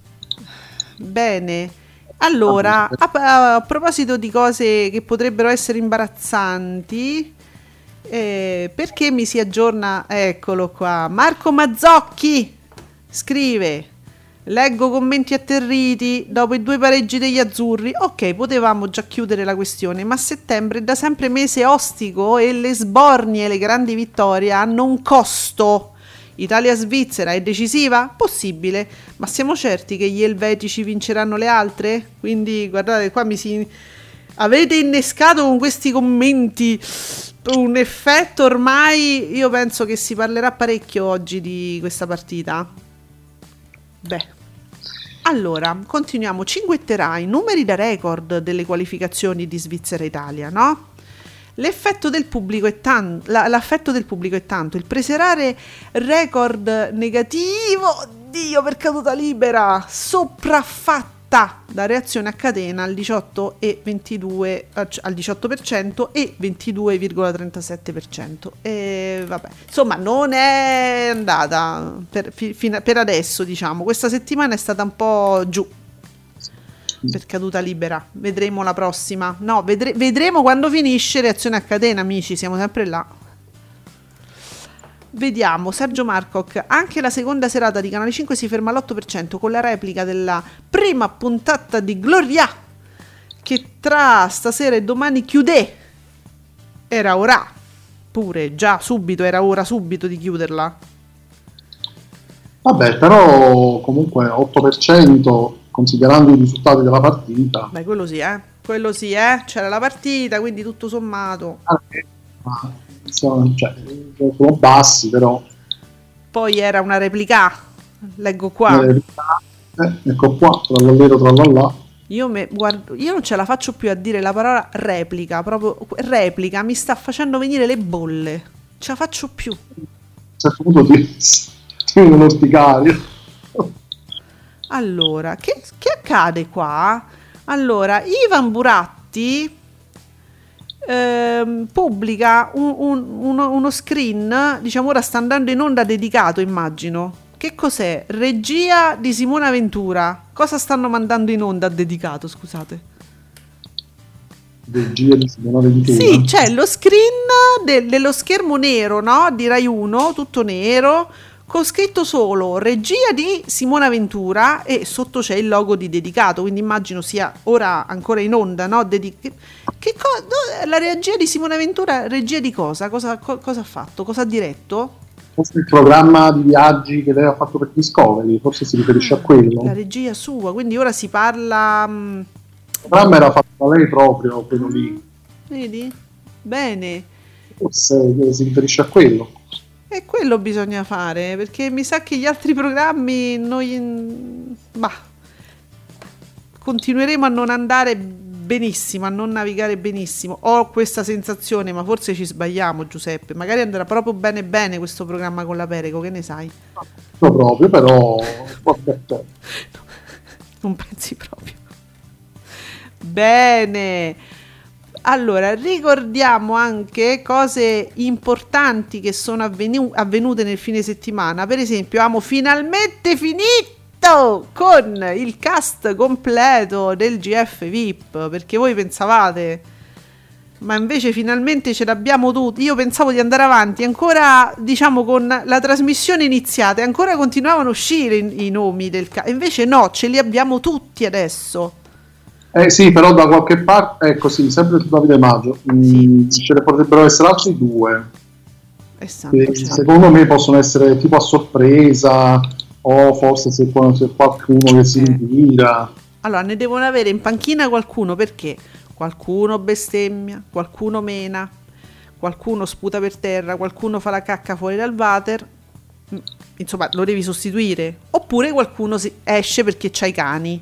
Bene. Allora, a, a proposito di cose che potrebbero essere imbarazzanti, eh, perché mi si aggiorna, eccolo qua, Marco Mazzocchi scrive, leggo commenti atterriti dopo i due pareggi degli azzurri, ok, potevamo già chiudere la questione, ma settembre è da sempre mese ostico e le sbornie e le grandi vittorie hanno un costo. Italia-Svizzera è decisiva? Possibile, ma siamo certi che gli elvetici vinceranno le altre? Quindi guardate qua mi si... avete innescato con questi commenti un effetto ormai, io penso che si parlerà parecchio oggi di questa partita. Beh, allora continuiamo, cinguetterai, numeri da record delle qualificazioni di Svizzera-Italia, no? L'effetto del pubblico è tanto, la, l'affetto del pubblico è tanto, il preserare record negativo, Dio per caduta libera, sopraffatta da reazione a catena al diciotto e ventidue al diciotto per cento e ventidue virgola trentasette per cento. E vabbè, insomma, non è andata per, fino, per adesso, diciamo, questa settimana è stata un po' giù per caduta libera. Vedremo la prossima. No, vedre- vedremo quando finisce reazione a catena, amici, siamo sempre là. Vediamo, Sergio Marcoc, anche la seconda serata di Canale cinque si ferma all'otto per cento con la replica della prima puntata di Gloria, che tra stasera e domani chiude. Era ora, pure, già subito, era ora subito di chiuderla. Vabbè, però comunque otto per cento considerando i risultati della partita. Beh, quello sì, eh, quello sì, eh, c'era la partita, quindi tutto sommato. Ah, ma sono, cioè, sono bassi, però. Poi era una replica, leggo qua. Eh, ecco qua, trallallero trallallà. Io, me, guardo, io non ce la faccio più a dire la parola replica, proprio replica, mi sta facendo venire le bolle. Ce la faccio più. A un certo punto ti, ti un orticario. Allora, che, che accade qua? Allora, Ivan Buratti ehm, pubblica un, un, uno, uno screen, diciamo ora sta andando in onda dedicato, immagino. Che cos'è? Regia di Simona Ventura. Cosa stanno mandando in onda dedicato, scusate? Regia di Simona Ventura? Sì, c'è lo screen de- dello schermo nero, no? Di Rai uno, tutto nero, con scritto solo regia di Simona Ventura e sotto c'è il logo di dedicato, quindi immagino sia ora ancora in onda, no? Dedi- che, che co- la regia di Simona Ventura, regia di cosa? Cosa, co- cosa ha fatto? Cosa ha diretto? Forse il programma di viaggi che lei ha fatto per Discovery, forse si riferisce ah, a quello. La regia sua, quindi ora si parla... Mh... Il programma era fatto da lei proprio, quello lì. Vedi? Bene. Forse si riferisce a quello. E quello bisogna fare, perché mi sa che gli altri programmi noi... Bah, continueremo a non andare benissimo, a non navigare benissimo. Ho questa sensazione, ma forse ci sbagliamo, Giuseppe. Magari andrà proprio bene bene questo programma con la Perego, che ne sai? Non proprio, però... Non pensi proprio. Bene. Allora, ricordiamo anche cose importanti che sono avvenu- avvenute nel fine settimana. Per esempio, abbiamo finalmente finito con il cast completo del G F V I P, perché voi pensavate, ma invece finalmente ce l'abbiamo tutti. Io pensavo di andare avanti ancora, diciamo, con la trasmissione iniziata e ancora continuavano a uscire i, i nomi del cast, invece no, ce li abbiamo tutti adesso. Eh sì, però da qualche parte, ecco sì, sempre su Davide Maggio, Sì. mh, ce ne potrebbero essere altri due. Esatto, Eh, certo. Secondo me possono essere tipo a sorpresa, o forse se c'è qualcuno che si Eh. ritira. Allora, ne devono avere in panchina qualcuno, perché qualcuno bestemmia, qualcuno mena, qualcuno sputa per terra, qualcuno fa la cacca fuori dal water, insomma lo devi sostituire, oppure qualcuno si esce perché c'ha i cani.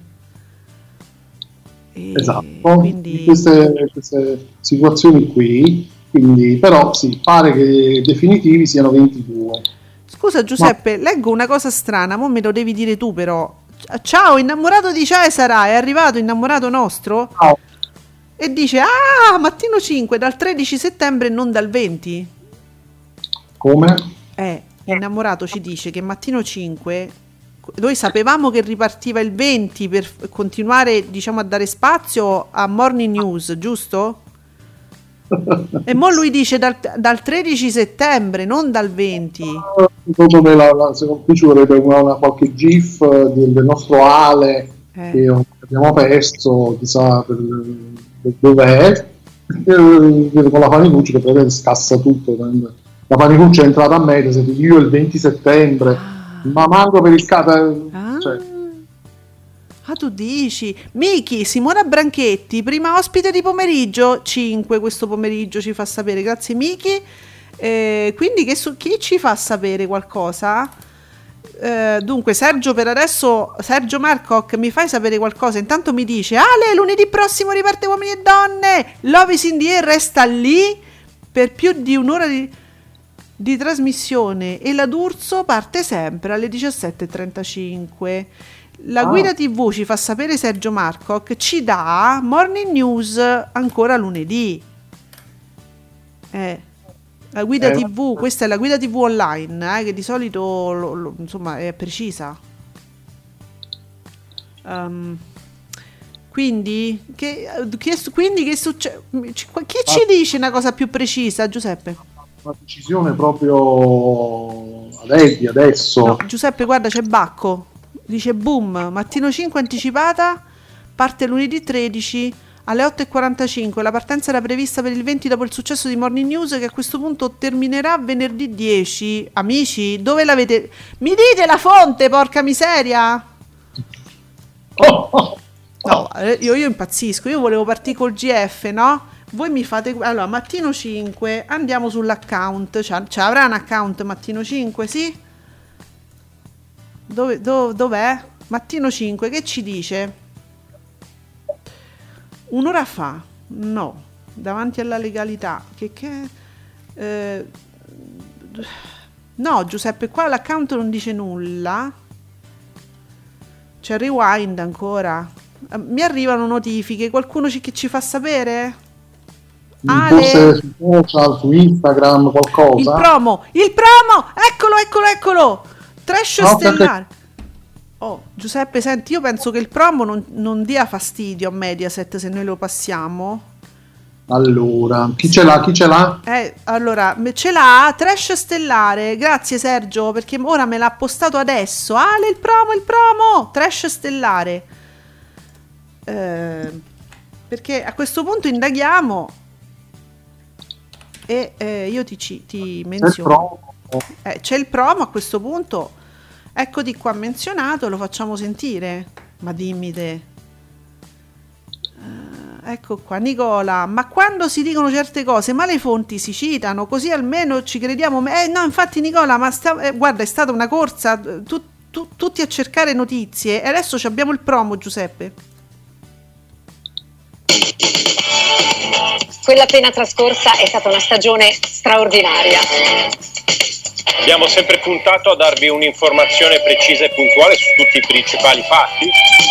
E Esatto, quindi... in queste, queste situazioni qui, quindi però sì, pare che definitivi siano ventidue. Scusa Giuseppe, Ma... leggo una cosa strana, mo me lo devi dire tu però. Ciao, innamorato di Cesara, è arrivato innamorato nostro? Ciao. E dice, ah, mattino cinque, dal tredici settembre e non dal venti. Come? Eh, innamorato ci dice che mattino cinque, noi sapevamo che ripartiva il venti per continuare, diciamo, a dare spazio a Morning News, giusto? E mo lui dice dal, dal tredici settembre, non dal venti. Secondo me la, la, secondo me ci vorrebbe una, una qualche gif del, del nostro Ale eh. che abbiamo perso, chissà per, per dov'è, con la Panicucci che praticamente scassa tutto. La Panicucci è entrata a Mediaset, io il venti settembre, ah. ma manco per il caso. Ah. Cioè. Ah, tu dici, Miki, Simona Branchetti, prima ospite di pomeriggio, cinque questo pomeriggio ci fa sapere, grazie Miki. Eh, quindi che su, chi ci fa sapere qualcosa? Eh, dunque Sergio per adesso, Sergio Marcoc, mi fai sapere qualcosa? Intanto mi dice, Ale, lunedì prossimo riparte Uomini e Donne, Love is in the air resta lì per più di un'ora di, di trasmissione e la D'Urso parte sempre alle diciassette e trentacinque. La guida ah. tivù ci fa sapere Sergio Marcoc, ci dà Morning News ancora lunedì. Eh, la guida eh. tivù, questa è la guida tivù online, eh, che di solito lo, lo, insomma è precisa. Um, quindi che, che, quindi che succede? Chi ci dice una cosa più precisa, Giuseppe? una decisione proprio adesso. No, Giuseppe, guarda, c'è Bacco, dice boom, Mattino cinque anticipata, parte lunedì tredici alle otto e quarantacinque. La partenza era prevista per il venti dopo il successo di Morning News, che a questo punto terminerà venerdì dieci. Amici, dove l'avete? Mi dite la fonte, porca miseria! Oh. No, io, io impazzisco. Io volevo partire col G F, no? Voi mi fate... Allora, Mattino cinque, andiamo sull'account. Cioè, cioè avrà un account Mattino cinque, sì? Dove, do, dov'è? Mattino cinque, che ci dice? Un'ora fa? No, davanti alla legalità. Che che... Eh, no, Giuseppe, qua l'account non dice nulla. C'è rewind ancora. Mi arrivano notifiche. Qualcuno ci, che ci fa sapere? Forse su social, su Instagram, qualcosa. Il promo, il promo, eccolo, eccolo, eccolo. Trash no, stellare. Oh, Giuseppe, senti, io penso che il promo non, non dia fastidio a Mediaset se noi lo passiamo. Allora, chi ce l'ha? Chi ce l'ha? Eh, allora, ce l'ha Trash Stellare. Grazie Sergio, perché ora me l'ha postato adesso. Ale, il promo, il promo. Trash Stellare. Eh, perché a questo punto indaghiamo e eh, io ti, ci, ti menziono. Eh, c'è il promo a questo punto. Eccoti qua menzionato, lo facciamo sentire. Ma dimmi te. Uh, ecco qua, Nicola. Ma quando si dicono certe cose, ma le fonti si citano, così almeno ci crediamo. Eh no, infatti Nicola, ma sta, eh, guarda, è stata una corsa, tu, tu, tutti a cercare notizie e adesso abbiamo il promo, Giuseppe. Quella appena trascorsa è stata una stagione straordinaria. Abbiamo sempre puntato a darvi un'informazione precisa e puntuale su tutti i principali fatti.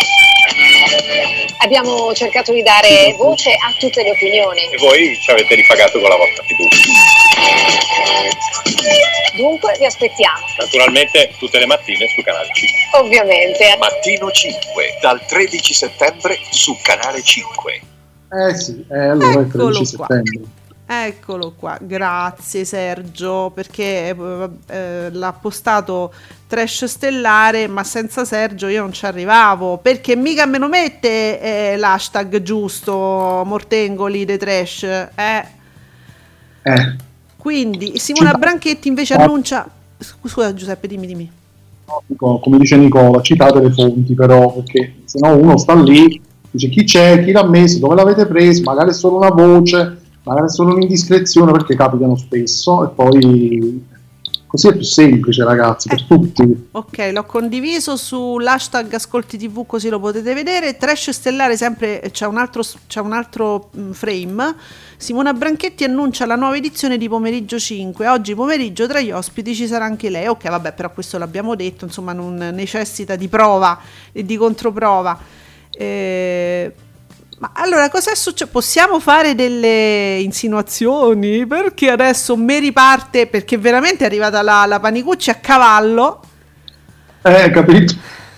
Abbiamo cercato di dare voce a tutte le opinioni. E voi ci avete ripagato con la vostra fiducia. Dunque vi aspettiamo. Naturalmente tutte le mattine su Canale cinque. Ovviamente. Mattino cinque, dal tredici settembre su Canale cinque. Eh sì, eh, allora è il tredici qua. settembre. Eccolo qua, grazie Sergio, perché eh, l'ha postato Trash Stellare, ma senza Sergio io non ci arrivavo, perché mica me lo mette eh, l'hashtag giusto, Mortengoli de Trash, eh. eh. Quindi Simona Branchetti invece annuncia... Scusa Giuseppe, dimmi, dimmi. Come dice Nicola, citate le fonti però, perché se no uno sta lì, dice chi c'è, chi l'ha messo, dove l'avete preso, magari è solo una voce... magari è solo un'indiscrezione, perché capitano spesso, e poi così è più semplice, ragazzi, per eh, tutti. Ok, l'ho condiviso sull'hashtag Ascolti tivù, così lo potete vedere. Trash Stellare, sempre c'è un altro, c'è un altro frame. Simona Branchetti annuncia la nuova edizione di Pomeriggio cinque. Oggi pomeriggio tra gli ospiti ci sarà anche lei. Ok, vabbè, però questo l'abbiamo detto, insomma non necessita di prova e di controprova. Eh... Ma allora cosa è successo? Possiamo fare delle insinuazioni? Perché adesso mi riparte, perché veramente è arrivata la, la Panicucci a cavallo. Eh, capito?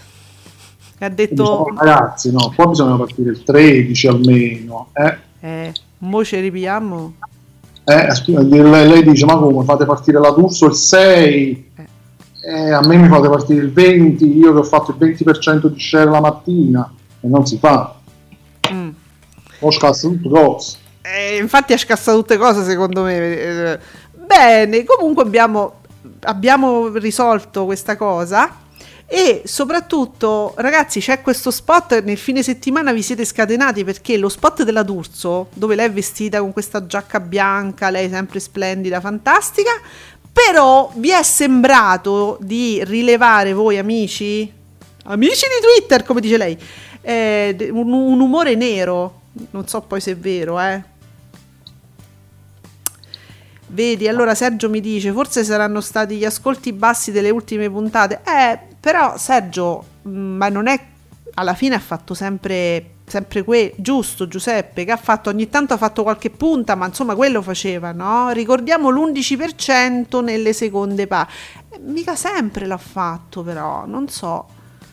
Ha detto... Diciamo, ragazzi, no, qua bisogna partire il tredici almeno. Eh, eh mo ci ripiamo. Eh, lei, lei dice, ma come, fate partire la D'Urso il sei? Eh. Eh, a me mi fate partire il venti, io che ho fatto il venti per cento di share la mattina, e non si fa. Mm. Ho scassato tutte cose. Eh, infatti ha scassato tutte cose secondo me. Bene, comunque abbiamo, abbiamo risolto questa cosa. E soprattutto, ragazzi, c'è questo spot. Nel fine settimana vi siete scatenati, perché lo spot della D'Urso, dove lei è vestita con questa giacca bianca, lei sempre splendida, fantastica, però vi è sembrato di rilevare, voi amici amici di Twitter, come dice lei, eh, un, un umore nero. Non so poi se è vero, eh. Vedi, allora Sergio mi dice forse saranno stati gli ascolti bassi delle ultime puntate. Eh, però Sergio, ma non è, alla fine ha fatto sempre sempre que- giusto Giuseppe, che ha fatto ogni tanto ha fatto qualche punta, ma insomma quello faceva, no? Ricordiamo l'undici per cento nelle seconde pa. Eh, mica sempre l'ha fatto, però, non so.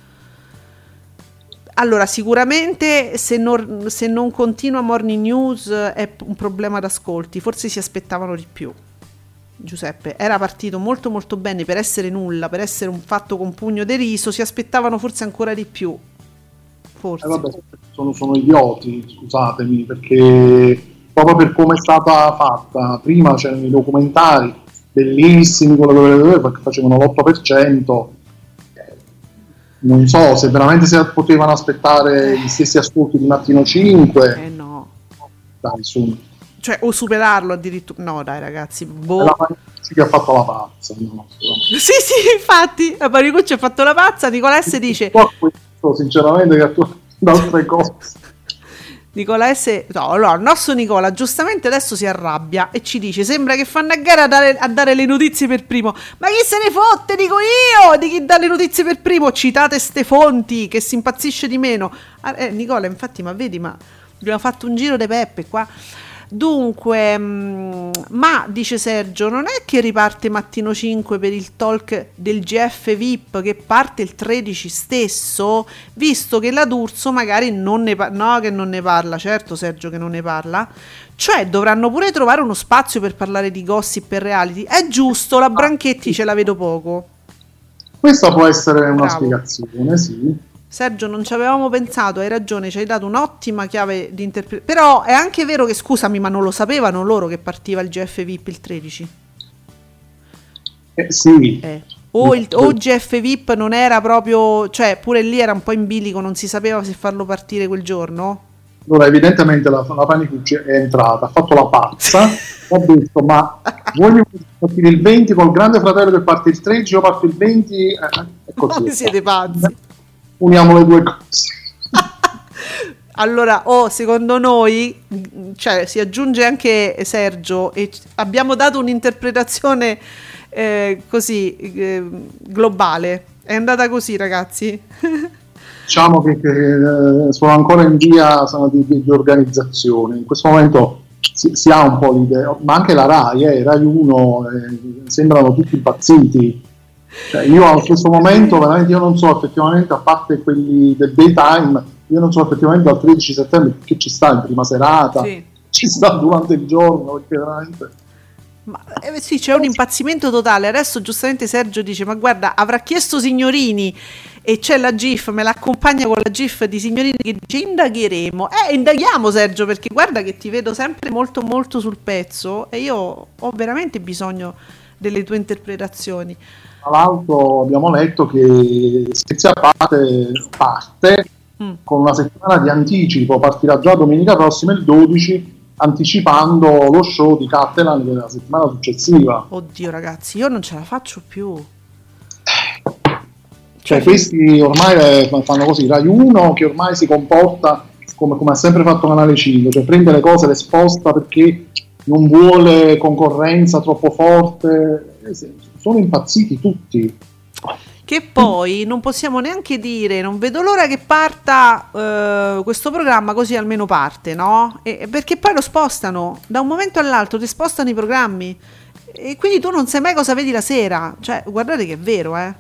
Allora, sicuramente se non, se non continua Morning News è un problema d'ascolti, forse si aspettavano di più. Giuseppe, era partito molto molto bene per essere nulla, per essere un fatto con pugno di riso, si aspettavano forse ancora di più. Forse. Eh vabbè, sono, sono idioti, scusatemi, perché proprio per come è stata fatta, prima c'erano i documentari bellissimi, quello che vedete, che facevano l'otto per cento, non so se veramente si potevano aspettare gli stessi ascolti di Mattino cinque. Eh no. Dai, su. Cioè, o superarlo addirittura. No, dai ragazzi, boh. La Panicucci che ha fatto la pazza. No, sì, sì, infatti, la Panicucci ha fatto la pazza, Nicola S dice... Questo, sinceramente, che ha fatto altre cose. Nicola S, no, allora il nostro Nicola giustamente adesso si arrabbia e ci dice: sembra che fanno a gara a dare, a dare le notizie per primo. Ma chi se ne fotte, dico io, di chi dà le notizie per primo? Citate ste fonti, che si impazzisce di meno. Ah, eh, Nicola, infatti, ma vedi, ma abbiamo fatto un giro di peppe qua. Dunque, mh, ma dice Sergio, non è che riparte Mattino cinque per il talk del G F V I P che parte il tredici stesso, visto che la D'Urso magari non ne parla, no che non ne parla, certo Sergio che non ne parla, cioè dovranno pure trovare uno spazio per parlare di gossip e reality, è giusto, la Branchetti ce la vedo poco. Questa può essere una Bravo. spiegazione, sì. Sergio, non ci avevamo pensato, hai ragione, ci hai dato un'ottima chiave di interpretazione. Però è anche vero che, scusami, ma non lo sapevano loro che partiva il G F V I P il tredici? Eh, sì. Eh. O il o G F V I P non era proprio, cioè pure lì era un po' in bilico, non si sapeva se farlo partire quel giorno? Allora, evidentemente la, la Panicucci è entrata, ha fatto la pazza, ha detto: ma voglio partire il venti col Grande Fratello che parte il tredici, io parto il venti, eh, è così. Come siete pazzi? Uniamo le due cose. Allora, oh, secondo noi, cioè, si aggiunge anche Sergio e abbiamo dato un'interpretazione eh, così eh, globale. È andata così, ragazzi. Diciamo che, che eh, sono ancora in via sono di, di, di organizzazione. In questo momento si, si ha un po' l'idea, ma anche la Rai, eh, Rai uno, eh, sembrano tutti impazziti. Cioè, io a questo momento veramente io non so effettivamente, a parte quelli del daytime, io non so effettivamente dal tredici settembre che ci sta in prima serata, sì. Ci sta durante il giorno, perché veramente... Ma, eh, sì, c'è un impazzimento totale. Adesso giustamente Sergio dice: ma guarda, avrà chiesto Signorini e c'è la GIF, me l'accompagna con la GIF di Signorini che dice indagheremo. Eh, indaghiamo Sergio, perché guarda che ti vedo sempre molto molto sul pezzo e io ho veramente bisogno delle tue interpretazioni. Tra l'altro abbiamo letto che Spezia parte, parte mm. con una settimana di anticipo, partirà già domenica prossima il dodici, anticipando lo show di Cattelan della settimana successiva. Oddio ragazzi, io non ce la faccio più. Cioè, cioè questi ormai fanno così, Rai uno che ormai si comporta come, come ha sempre fatto Canale cinque, cioè prende le cose, le sposta perché non vuole concorrenza troppo forte. Sono impazziti tutti. Che poi non possiamo neanche dire non vedo l'ora che parta uh, questo programma, così almeno parte, no? E, perché poi lo spostano da un momento all'altro, ti spostano i programmi e quindi tu non sai mai cosa vedi la sera. Cioè, guardate che è vero, eh.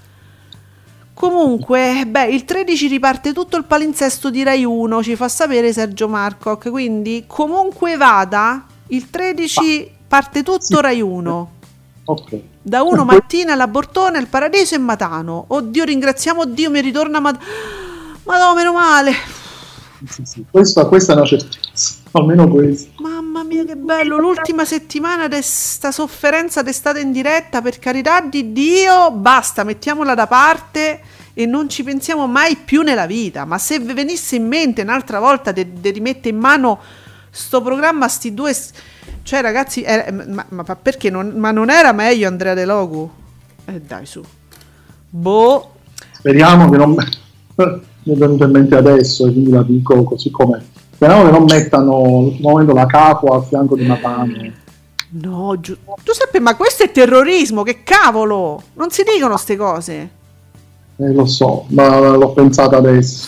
Comunque, beh, il tredici riparte tutto il palinsesto di Rai uno, ci fa sapere Sergio Marcoc, quindi comunque vada, il tredici parte tutto sì. Rai uno. Ok. Da uno mattina alla Bortone, al Paradiso e Matano. Oddio, ringraziamo Dio, mi ritorna Mat- Madonna, meno male. Sì, sì. Questa, questa è una certezza, almeno questo. Mamma mia che bello, l'ultima settimana di sta sofferenza d'estate in diretta, per carità di Dio, basta, mettiamola da parte e non ci pensiamo mai più nella vita. Ma se vi venisse in mente un'altra volta di rimette in mano sto programma, sti due... Cioè ragazzi, eh, ma, ma perché non, ma non era meglio Andrea De Logu? Eh dai su. Boh. Speriamo che non mi è venuto in mente adesso e quindi la dico così com'è. Speriamo che non mettano all'ultimo momento la capo al fianco di Matano. No, Gi- Giuseppe, ma questo è terrorismo, che cavolo! Non si dicono ste cose. Eh lo so, ma l'ho pensata adesso.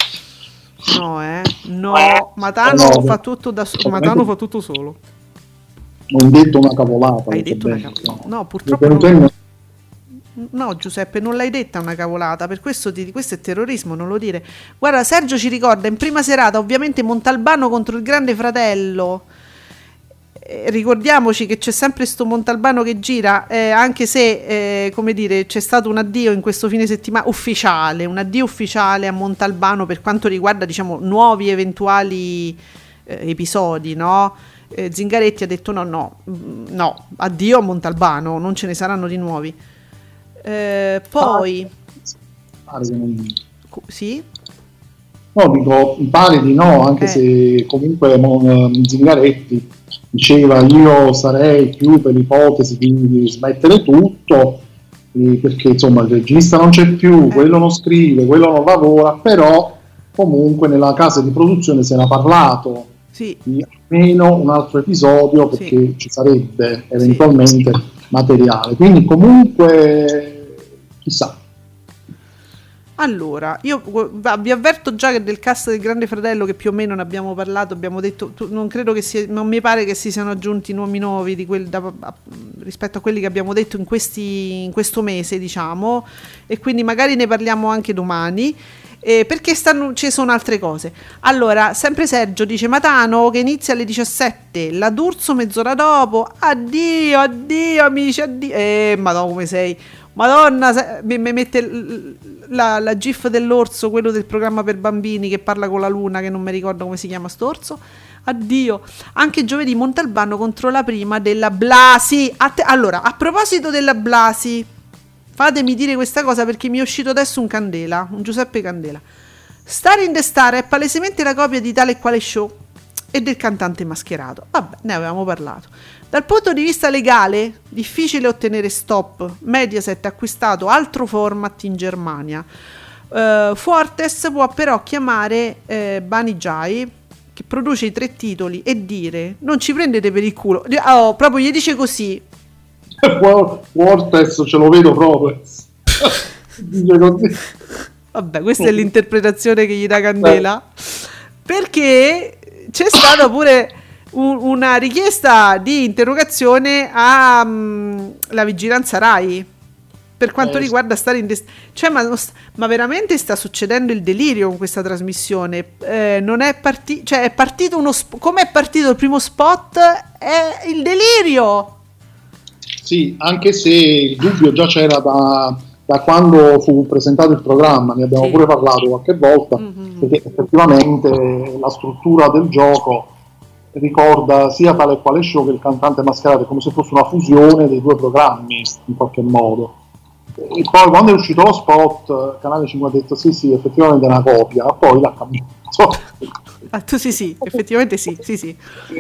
No, eh. No, Matano no, fa tutto da solo. Matano fa tutto solo. Non detto una cavolata. Hai detto bene, una cavolata? no. No, purtroppo non... No, Giuseppe, non l'hai detta una cavolata, per questo ti... questo è terrorismo, non lo dire. Guarda, Sergio ci ricorda in prima serata ovviamente Montalbano contro il Grande Fratello. eh, ricordiamoci che c'è sempre sto Montalbano che gira, eh, anche se eh, come dire, c'è stato un addio in questo fine settimana ufficiale, un addio ufficiale a Montalbano per quanto riguarda, diciamo, nuovi eventuali eh, episodi, no? Eh, Zingaretti ha detto no, no, no, addio a Montalbano, non ce ne saranno di nuovi. Eh, poi pare che non... sì? No, dico, pare di no, anche eh. se comunque mon, Zingaretti diceva io sarei più per l'ipotesi di smettere tutto, eh, perché insomma il regista non c'è più, eh. quello non scrive, quello non lavora, però comunque nella casa di produzione si era parlato sì. di almeno un altro episodio, perché sì. ci sarebbe eventualmente sì. materiale, quindi comunque chissà. Allora, io vi avverto già che del cast del Grande Fratello, che più o meno ne abbiamo parlato, abbiamo detto, tu, non credo che sia, non mi pare che si siano aggiunti nomi nuovi di quel, da, a, rispetto a quelli che abbiamo detto in, questi, in questo mese, diciamo, e quindi magari ne parliamo anche domani. Eh, perché stanno, ci sono altre cose. Allora, sempre Sergio dice Matano che inizia alle diciassette, la D'Urso mezz'ora dopo, addio, addio amici, addio. Eh, madonna come sei, madonna, mi, mi mette la, la gif dell'orso, quello del programma per bambini che parla con la luna, che non mi ricordo come si chiama st'orso. Addio. Anche giovedì Montalbano contro la prima della Blasi. A te, allora, a proposito della Blasi, fatemi dire questa cosa perché mi è uscito adesso un Candela, un Giuseppe Candela. Star in the Star è palesemente la copia di Tale e Quale Show e del cantante mascherato. Vabbè, ne avevamo parlato. Dal punto di vista legale, difficile ottenere stop. Mediaset ha acquistato altro format in Germania. Uh, Fortes può però chiamare uh, Bani Jai, che produce i tre titoli, e dire non ci prendete per il culo. Oh, proprio gli dice così. Fortes ce lo vedo proprio. Dice così. Vabbè, questa è l'interpretazione che gli dà Candela, perché c'è stata pure un, una richiesta di interrogazione alla um, vigilanza Rai per quanto eh, riguarda stare in des- cioè ma, ma veramente sta succedendo il delirio con questa trasmissione. Eh, non è partito, cioè è partito uno sp- come è partito il primo spot, è il delirio. Sì, anche se il dubbio già c'era da, da quando fu presentato il programma, ne abbiamo sì. pure parlato qualche volta, mm-hmm. perché effettivamente la struttura del gioco ricorda sia Tale e Quale Show che il cantante mascherato, è come se fosse una fusione dei due programmi in qualche modo. E poi quando è uscito lo spot, Canale cinque ha detto sì sì, effettivamente è una copia, poi l'ha cambiato. Ah, tu sì sì, effettivamente sì, sì sì.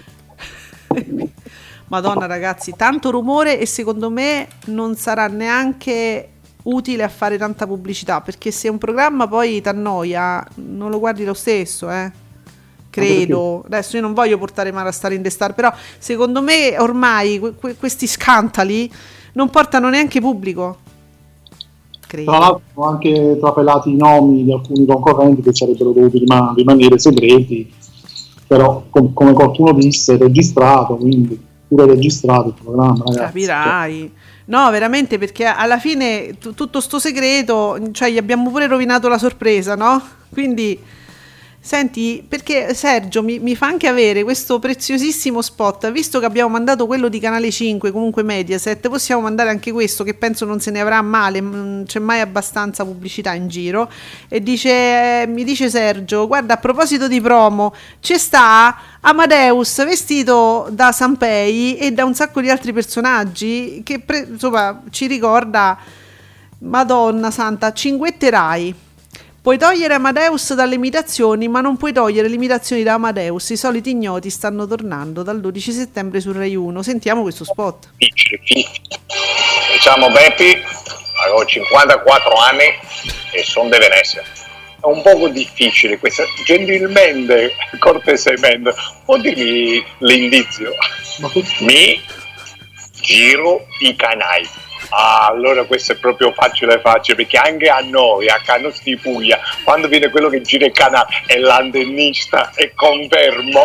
Madonna ragazzi, tanto rumore e secondo me non sarà neanche utile a fare tanta pubblicità, perché se un programma poi t'annoia non lo guardi lo stesso, eh? Credo. Adesso io non voglio portare male a Star in the Star, però secondo me ormai que- questi scandali non portano neanche pubblico. Credo. Tra l'altro sono anche trapelati i nomi di alcuni concorrenti che sarebbero dovuti riman- rimanere segreti, però com- come qualcuno disse è registrato, quindi pure registrato il programma, ragazzi. Capirai. No, veramente, perché alla fine t- tutto sto segreto, cioè gli abbiamo pure rovinato la sorpresa, no? Quindi senti, perché Sergio mi, mi fa anche avere questo preziosissimo spot, visto che abbiamo mandato quello di Canale cinque, comunque Mediaset, possiamo mandare anche questo, che penso non se ne avrà male, non c'è mai abbastanza pubblicità in giro. E dice, eh, mi dice Sergio, guarda, a proposito di promo, c'è sta Amadeus vestito da Sanpei e da un sacco di altri personaggi che pre- insomma ci ricorda, Madonna santa, cinguetterai. Puoi togliere Amadeus dalle imitazioni, ma non puoi togliere le imitazioni da Amadeus. I soliti ignoti stanno tornando dal dodici settembre su Rai uno. Sentiamo questo spot. Diciamo Beppi, avevo cinquantaquattro anni e sono di Venezia. È un poco difficile questa, gentilmente, cortesemente, può dirmi l'indizio? Mi giro i canali. Ah, allora questo è proprio facile facile, perché anche a noi, a Canos di Puglia, quando viene quello che gira il canale è l'antennista, e confermo.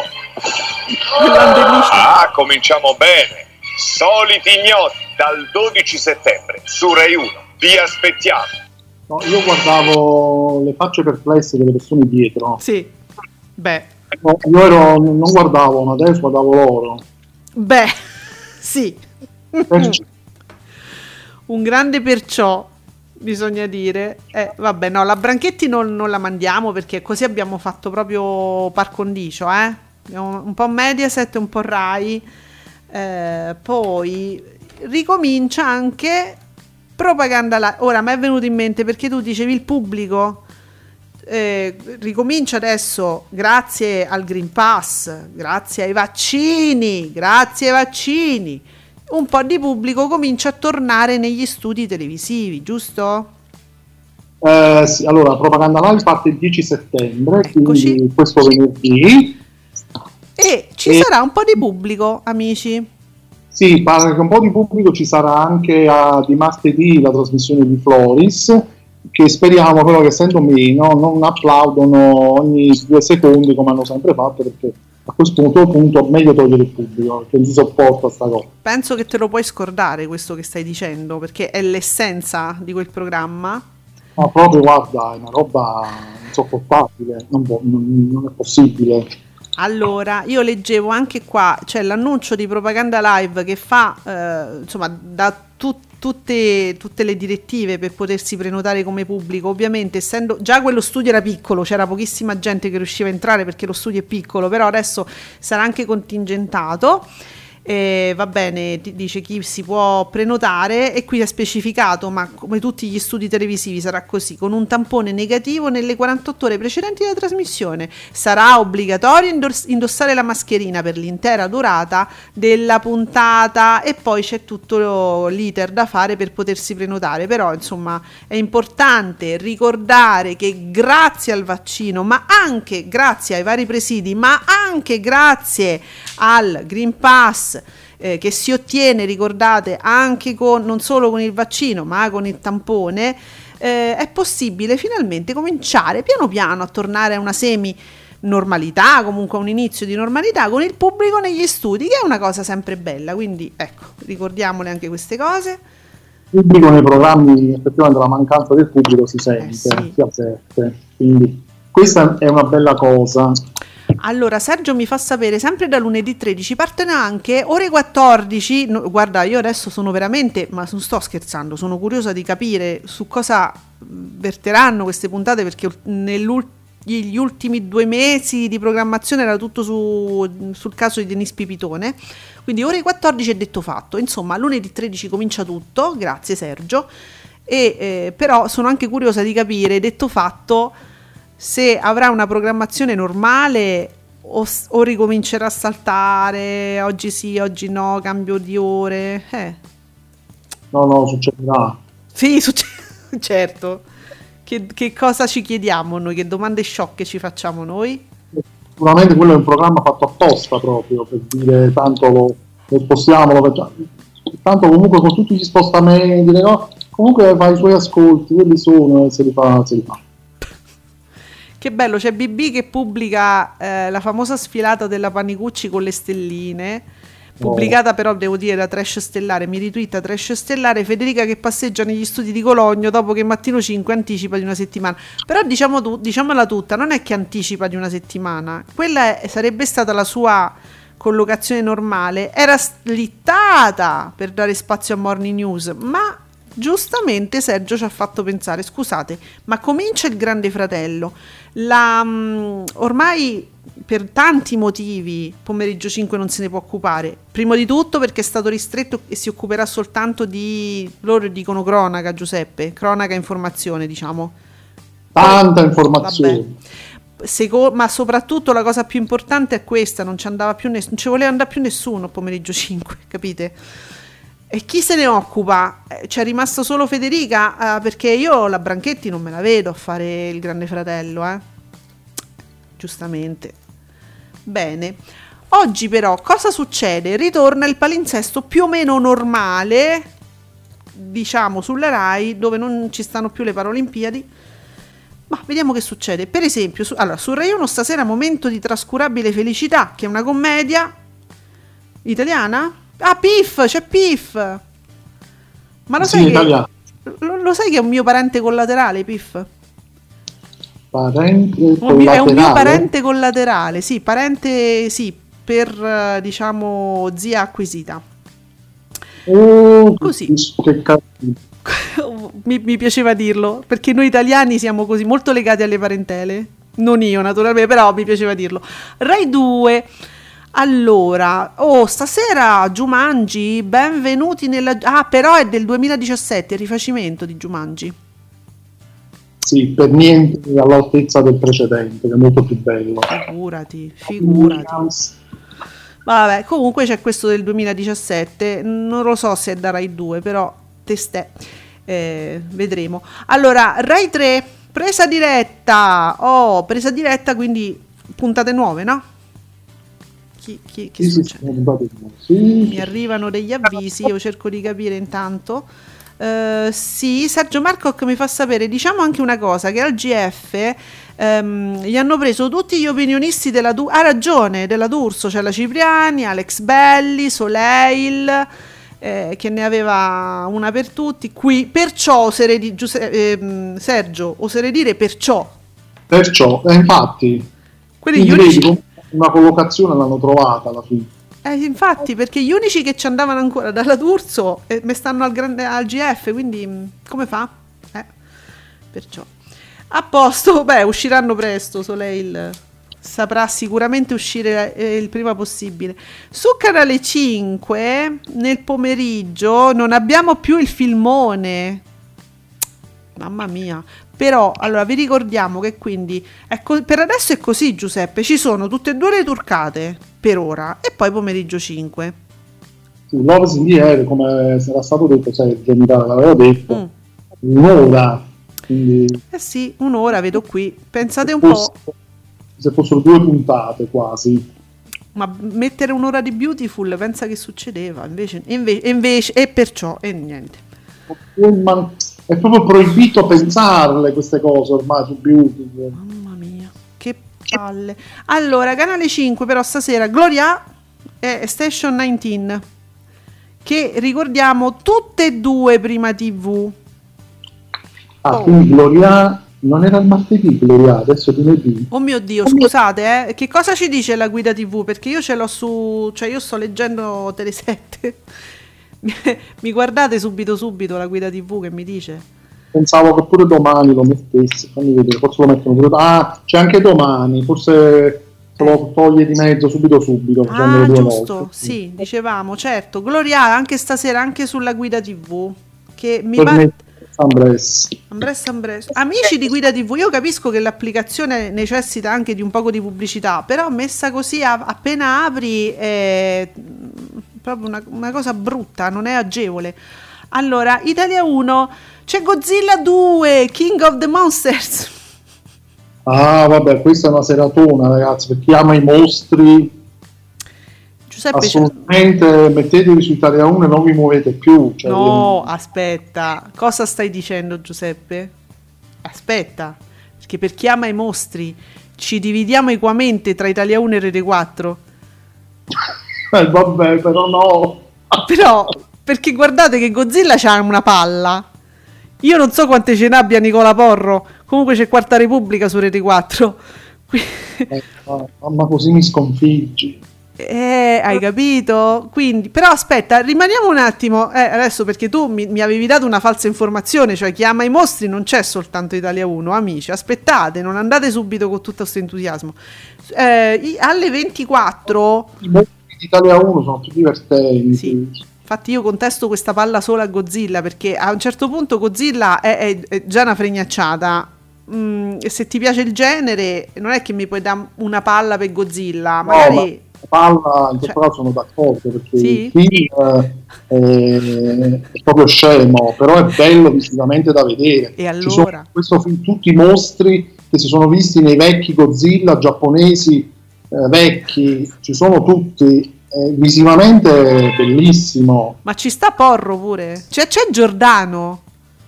Ah, cominciamo bene. Soliti ignoti dal dodici settembre su Rai uno. Vi aspettiamo. No, io guardavo le facce perplesse delle persone dietro. Sì. Beh. No, io ero, non guardavo, ma adesso guardavo loro. Beh, sì. Perciò. Un grande perciò, bisogna dire. Eh, vabbè, no, la Branchetti non, non la mandiamo perché così abbiamo fatto proprio par condicio, eh? Un po' Mediaset, un po' Rai. Eh, poi ricomincia anche Propaganda Live. Ora mi è venuto in mente perché tu dicevi il pubblico. Eh, ricomincia adesso grazie al Green Pass, grazie ai vaccini, grazie ai vaccini. Un po' di pubblico comincia a tornare negli studi televisivi, giusto? Eh, sì, allora, Propaganda Live parte il dieci settembre, Eccoci. quindi questo venerdì. E ci E- sarà un po' di pubblico, amici. Sì, pare che un po' di pubblico ci sarà anche a, di martedì la trasmissione di Floris, che speriamo però che essendo meno non applaudono ogni due secondi come hanno sempre fatto, perché a questo punto, punto meglio togliere il pubblico, perché non si sopporta sta cosa. Penso che te lo puoi scordare questo che stai dicendo, perché è l'essenza di quel programma. Ma proprio, guarda, è una roba insopportabile, non, può- non- non è possibile. Allora, io leggevo anche qua, c'è l'annuncio di Propaganda Live che fa, eh, insomma, da tu- tutte, tutte le direttive per potersi prenotare come pubblico. Ovviamente, essendo già quello studio era piccolo, c'era pochissima gente che riusciva a entrare perché lo studio è piccolo, però adesso sarà anche contingentato. Eh, va bene, ti dice chi si può prenotare e qui è specificato, ma come tutti gli studi televisivi sarà così, con un tampone negativo nelle quarantotto ore precedenti alla trasmissione. Sarà obbligatorio indoss- indossare la mascherina per l'intera durata della puntata e poi c'è tutto l'iter da fare per potersi prenotare. Però insomma è importante ricordare che grazie al vaccino, ma anche grazie ai vari presidi, ma anche grazie al Green Pass eh, che si ottiene, ricordate, anche con non solo con il vaccino ma con il tampone, eh, è possibile finalmente cominciare piano piano a tornare a una semi normalità, comunque a un inizio di normalità con il pubblico negli studi, che è una cosa sempre bella. Quindi ecco, ricordiamole anche queste cose. Il pubblico nei programmi, effettivamente la mancanza del pubblico si sente, Eh sì. si avverte, quindi questa è una bella cosa. Allora, Sergio mi fa sapere, sempre da lunedì tredici partono anche ore quattordici. No, guarda, io adesso sono veramente, ma non sto scherzando, sono curiosa di capire su cosa verteranno queste puntate, perché negli ultimi due mesi di programmazione era tutto su, sul caso di Denis Pipitone. Quindi ore quattordici è detto fatto. Insomma, lunedì tredici comincia tutto, grazie Sergio. E eh, però sono anche curiosa di capire, detto fatto, se avrà una programmazione normale o, o ricomincerà a saltare, oggi sì, oggi no, cambio di ore. Eh. No, no, succederà. Sì, succe- certo. Che, che cosa ci chiediamo noi? Che domande sciocche ci facciamo noi? Sicuramente quello è un programma fatto apposta proprio per dire tanto lo, lo spostiamo, lo facciamo. Tanto comunque con tutti gli spostamenti, le cose, comunque fa i suoi ascolti, quelli sono e se li fa, se li fa. Che bello, c'è B B che pubblica eh, la famosa sfilata della Panicucci con le stelline, pubblicata però devo dire da Trash Stellare, mi ritwitta Trash Stellare, Federica che passeggia negli studi di Cologno dopo che Mattino cinque anticipa di una settimana. Però diciamo tu, diciamola tutta, non è che anticipa di una settimana, quella è, sarebbe stata la sua collocazione normale, era slittata per dare spazio a Morning News, ma giustamente Sergio ci ha fatto pensare, scusate, ma comincia il Grande Fratello, la, um, ormai per tanti motivi Pomeriggio cinque non se ne può occupare, primo di tutto perché è stato ristretto e si occuperà soltanto di, loro dicono cronaca, Giuseppe, cronaca informazione, diciamo tanta informazione. Vabbè. Seco- ma soprattutto la cosa più importante è questa, non ci andava più ness- non ci voleva andare più nessuno Pomeriggio cinque, capite? E chi se ne occupa? Eh, c'è rimasto solo Federica, eh, perché io la Branchetti non me la vedo a fare il Grande Fratello, eh? Giustamente. Bene. Oggi però cosa succede? Ritorna il palinsesto più o meno normale, diciamo sulla Rai, dove non ci stanno più le Paralimpiadi. Ma vediamo che succede. Per esempio, su, allora, su Rai uno stasera Momento di trascurabile felicità, che è una commedia italiana. Ah, Piff, c'è Piff. Ma lo Sì, sai italiano. che lo, lo sai che è un mio parente collaterale, Piff? Parente Un mio- è un mio collaterale? parente collaterale, sì, parente, sì, per eh, diciamo zia acquisita. Oh, Così. Che cazzo. mi, mi piaceva dirlo, perché noi italiani siamo così molto legati alle parentele. Non io naturalmente, però mi piaceva dirlo. Rai due. Allora, oh, stasera Jumanji, benvenuti nella... Ah, però è del duemiladiciassette, il rifacimento di Jumanji. Sì, per niente all'altezza del precedente, che è molto più bello. Figurati, figurati. Vabbè, comunque c'è questo del duemiladiciassette, non lo so se è da Rai due, però testè, eh, vedremo. Allora, Rai tre, presa diretta, oh, presa diretta, quindi puntate nuove, no? Chi, chi, chi sì, succede? Sì, Mi arrivano degli avvisi, io cerco di capire intanto. Uh, sì, Sergio Marcoc mi fa sapere, diciamo anche una cosa, che al G F um, gli hanno preso tutti gli opinionisti della D'Urso, ha ragione, della D'Urso, c'è la Cipriani, Alex Belli, Soleil, eh, che ne aveva una per tutti, qui, perciò oserei di, Giuseppe, eh, Sergio, oserei dire perciò. Perciò, eh, infatti, quelli gli unici... una collocazione l'hanno trovata alla fine. Eh, infatti, perché gli unici che ci andavano ancora dalla D'Urso eh, mi stanno al, grande, al G F, quindi mh, come fa? Eh, perciò a posto, beh, usciranno presto. Soleil saprà sicuramente uscire eh, il prima possibile. Su Canale cinque nel pomeriggio non abbiamo più il filmone, mamma mia. Però, allora, vi ricordiamo che quindi, ecco, per adesso è così, Giuseppe, ci sono tutte e due le turcate, per ora, e poi pomeriggio cinque. Sì, Loves in the Air, come era stato detto, Sergio mi l'aveva detto, mm. un'ora. Quindi, eh sì, un'ora, vedo qui. Pensate un fosse, po'. Se fossero due puntate, quasi. Ma mettere un'ora di Beautiful, pensa che succedeva, invece, invece, invece e perciò, e niente. Ma è proprio proibito pensarle queste cose ormai su Beautiful. Mamma mia, che palle. Allora, Canale cinque però stasera Gloria e Station diciannove, che ricordiamo tutte e due prima tivù. Ah, oh. Quindi Gloria non era il martedì, Gloria, adesso è lunedì. Oh mio Dio, scusate, eh. Che cosa ci dice la guida tivù? Perché io ce l'ho su, cioè io sto leggendo Telesette. Mi guardate subito subito la guida tivù che mi dice? Pensavo che pure domani lo mettesse, fammi vedere, forse lo mettono pure. Ah, c'è anche domani, forse se lo toglie di mezzo subito subito. Ah, due giusto, volte. Sì, dicevamo, certo. Gloria anche stasera, anche sulla guida tivù, che mi pare... Ambres. Ambres, Ambres. Amici di Guida tivù, io capisco che l'applicazione necessita anche di un poco di pubblicità, però messa così a, appena apri è proprio una, una cosa brutta, non è agevole. Allora, Italia uno, c'è Godzilla due, King of the Monsters. Ah, vabbè, questa è una seratona, ragazzi, per chi ama i mostri. Giuseppe, assolutamente, c'è... mettetevi su Italia uno e non vi muovete più. Cioè no, io... aspetta, cosa stai dicendo, Giuseppe? Aspetta, perché per chi ama i mostri ci dividiamo equamente tra Italia uno e Rete quattro. Eh, vabbè, però no. Però, perché guardate che Godzilla c'ha una palla. Io non so quante ce n'abbia Nicola Porro. Comunque c'è Quarta Repubblica su Rete quattro. eh, mamma, così mi sconfiggi. Eh, hai capito? Quindi, però aspetta, rimaniamo un attimo. Eh, adesso perché tu mi, mi avevi dato una falsa informazione, cioè chi ama i mostri non c'è soltanto Italia uno, amici. Aspettate, non andate subito con tutto questo entusiasmo. Eh, alle ventiquattro i mostri di Italia uno sono più divertenti. Sì. Infatti io contesto questa palla sola a Godzilla, perché a un certo punto Godzilla è, è, è già una fregnacciata. Mm, e se ti piace il genere, non è che mi puoi dare una palla per Godzilla, magari... No, ma la palla in questo cioè... caso sono d'accordo, perché sì? il film è, è proprio scemo, però è bello visivamente da vedere. E allora? Ci sono in questo film tutti i mostri che si sono visti nei vecchi Godzilla giapponesi eh, vecchi, ci sono tutti. Eh, visivamente è bellissimo. Ma ci sta Porro pure? Cioè, c'è Giordano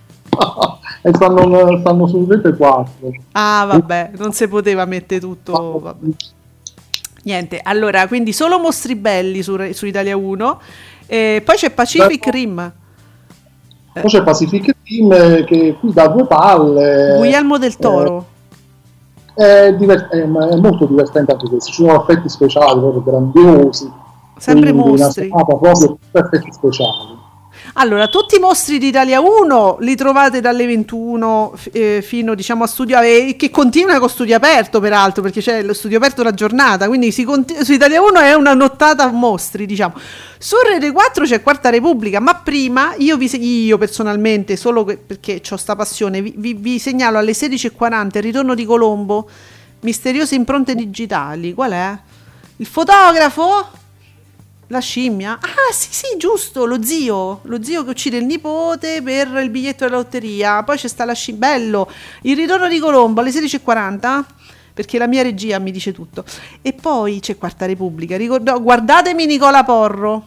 e stanno, stanno su Rete quattro. Ah vabbè, non si poteva mettere tutto, vabbè. Niente, allora quindi solo mostri belli su, su Italia uno, e poi c'è Pacific Beh, Rim poi c'è Pacific Rim che qui dà due palle. Guglielmo del Toro. È, diver- è, è molto divertente anche questo, ci sono effetti speciali proprio grandiosi, sempre quindi mostri, una proprio effetti speciali. Allora, tutti i mostri d'Italia uno li trovate dalle ventuno eh, fino diciamo a studio, eh, che continua con studio aperto peraltro, perché c'è lo studio aperto la giornata, quindi si conti- su Italia uno è una nottata a mostri, diciamo. Su Rete quattro c'è Quarta Repubblica, ma prima io, vi se- io personalmente, solo che- perché ho sta passione, vi, vi, vi segnalo alle sedici e quaranta Il ritorno di Colombo, misteriose impronte digitali. Qual è? Il fotografo? La scimmia? Ah, sì, sì, giusto, lo zio, lo zio che uccide il nipote per il biglietto della lotteria. Poi c'è sta la scimmia, bello, Il ritorno di Colombo alle sedici e quaranta, perché la mia regia mi dice tutto. E poi c'è Quarta Repubblica, ricordo, guardatemi Nicola Porro,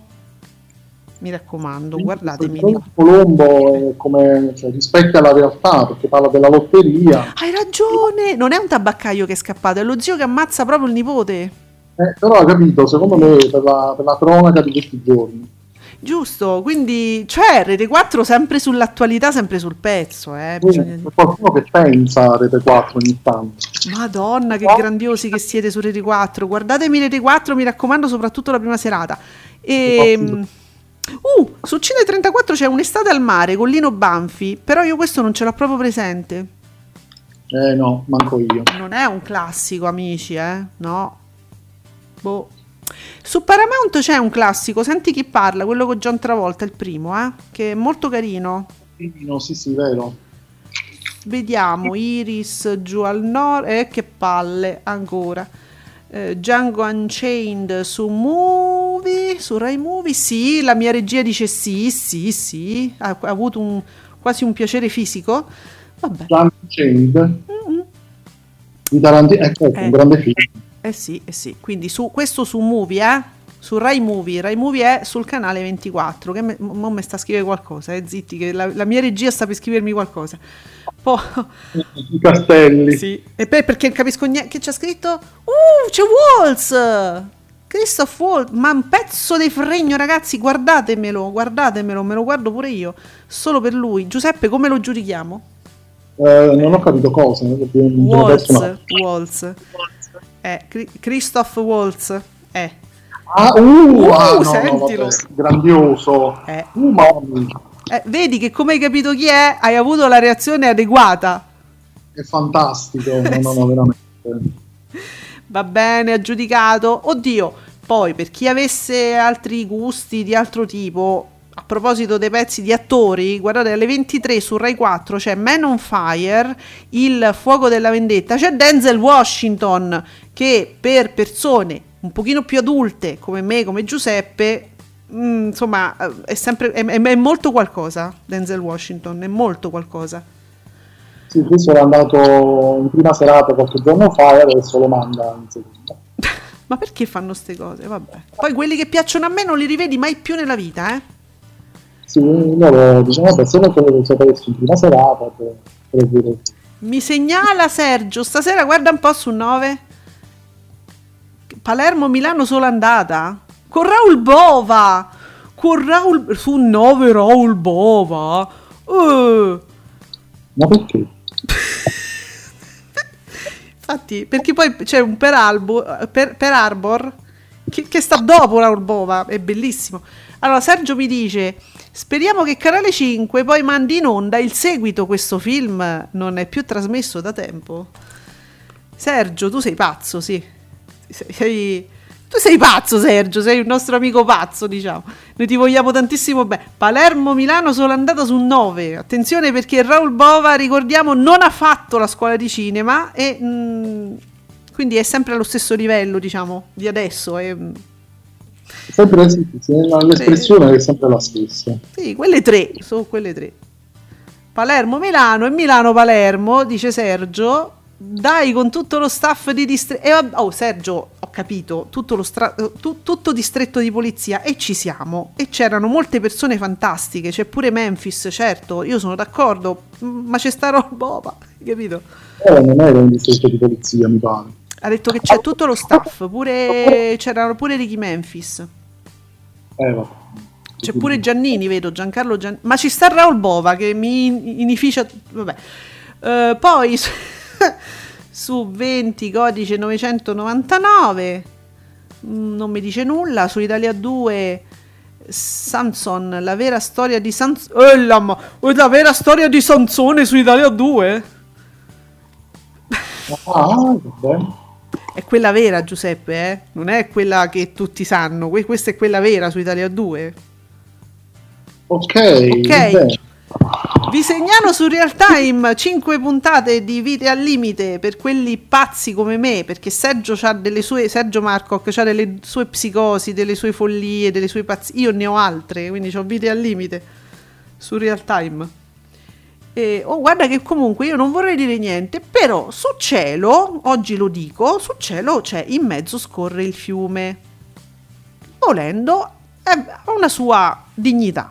mi raccomando, guardatemi. Il Colombo è come, cioè, rispecchia la realtà, perché parla della lotteria. Hai ragione, non è un tabaccaio che è scappato, è lo zio che ammazza proprio il nipote. Eh, però ha capito, secondo me, per la, per la cronaca di questi giorni. Giusto, quindi, cioè, Rete quattro sempre sull'attualità, sempre sul pezzo, eh. Bisogna... C'è qualcuno che pensa a Rete quattro ogni tanto. Madonna, che grandiosi che siete su Rete quattro. Guardatemi Rete quattro, mi raccomando, soprattutto la prima serata. E... Uh, su Cine trentaquattro c'è Un'estate al mare con Lino Banfi, però io questo non ce l'ho proprio presente. Eh no, manco io. Non è un classico, amici, eh? No. Boh. Su Paramount c'è un classico, Senti chi parla, quello con John Travolta, il primo, eh? Che è molto carino. No, sì, sì, vero. Vediamo, Iris giù al nord, eh, che palle, ancora. Eh, Django Unchained su Movie, su Rai Movie, sì, la mia regia dice sì, sì, sì, ha, ha avuto un, quasi un piacere fisico. Vabbè. Django Unchained Mm-mm. di Tarantino, ecco, Eh. un grande film. Eh sì, eh sì, quindi su, questo su Movie, eh? Su Rai Movie, Rai Movie è sul canale ventiquattro, che me, mo mi sta a scrivere qualcosa, eh, zitti, che la, la mia regia sta per scrivermi qualcosa. Poi, I castelli. sì, e poi perché non capisco niente, che c'è scritto? Uh, c'è Waltz! Christoph Waltz, ma un pezzo di fregno, ragazzi, guardatemelo, guardatemelo, me lo guardo pure io, solo per lui. Giuseppe, come lo giudichiamo? Eh, non ho capito cosa. Waltz, Waltz. Eh, Cri- Christoph Waltz, eh. Ah, uh, Uh, ah, no, sentilo. no, vabbè, grandioso. Eh. Uh, mamma, Eh, vedi che come hai capito chi è, hai avuto la reazione adeguata. è fantastico. No, no, no, veramente. Va bene, aggiudicato. Oddio, poi per chi avesse altri gusti di altro tipo, a proposito dei pezzi di attori, guardate alle ventitré su Rai quattro c'è Man on Fire, Il fuoco della vendetta, c'è Denzel Washington che per persone un pochino più adulte come me, come Giuseppe, mh, insomma è sempre è, è, è molto qualcosa. Denzel Washington è molto qualcosa. Sì, questo era andato in prima serata qualche giorno fa e adesso lo manda in seconda. Ma perché fanno ste cose? Vabbè. Poi quelli che piacciono a me non li rivedi mai più nella vita, eh? Sì, loro diciamo che se lo trovo adesso in prima serata per, per dire. Mi segnala Sergio, stasera guarda un po' su nove. Palermo-Milano solo andata? Con Raul Bova! Con Raul... Su nove Raul Bova! Uh. Ma perché? Infatti, perché poi c'è un Per, Albo, per, per Arbor che, che sta dopo Raul Bova, è bellissimo. Allora Sergio mi dice: speriamo che Canale cinque poi mandi in onda il seguito, questo film non è più trasmesso da tempo. Sergio, tu sei pazzo, sì. Sei, tu sei pazzo, Sergio, sei un nostro amico pazzo, diciamo. Noi ti vogliamo tantissimo bene. Palermo-Milano solo andata su nove. Attenzione perché Raul Bova, ricordiamo, non ha fatto la scuola di cinema e mh, quindi è sempre allo stesso livello, diciamo, di adesso. È, Sempre sì, l'espressione è sempre la stessa. Sì, quelle tre, sono quelle tre. Palermo-Milano e Milano-Palermo, dice Sergio. Dai, con tutto lo staff di distretto. Eh, oh, Sergio, ho capito, tutto lo stra- tu- tutto distretto di polizia e ci siamo. E c'erano molte persone fantastiche, c'è pure Memphis, certo, io sono d'accordo, ma c'è sta roba, Bova, capito? Eh, non era un distretto di polizia, mi pare. Ha detto che c'è tutto lo staff, pure c'erano pure Ricky Memphis. Eh, vabbè. C'è pure Giannini, vedo, Giancarlo Giannini. Ma ci sta Raul Bova che mi inificia. Vabbè. Uh, poi su venti codice novecentonovantanove, non mi dice nulla. Su Italia due Samson, la vera storia di Sansone, eh, la, la vera storia di Sansone su Italia due. Ah, vabbè. È quella vera, Giuseppe, eh? Non è quella che tutti sanno, que- questa è quella vera su Italia due. Ok, ok. Vi segnalo su Real Time cinque puntate di Vite al limite per quelli pazzi come me, perché Sergio c'ha delle sue, Sergio Marcoc c'ha delle sue psicosi, delle sue follie, delle sue pazzie. Io ne ho altre, quindi c'ho Vite al limite su Real Time. E, oh, guarda che comunque io non vorrei dire niente, però su Cielo, oggi lo dico, su Cielo c'è, in mezzo scorre il fiume. Volendo, ha una sua dignità.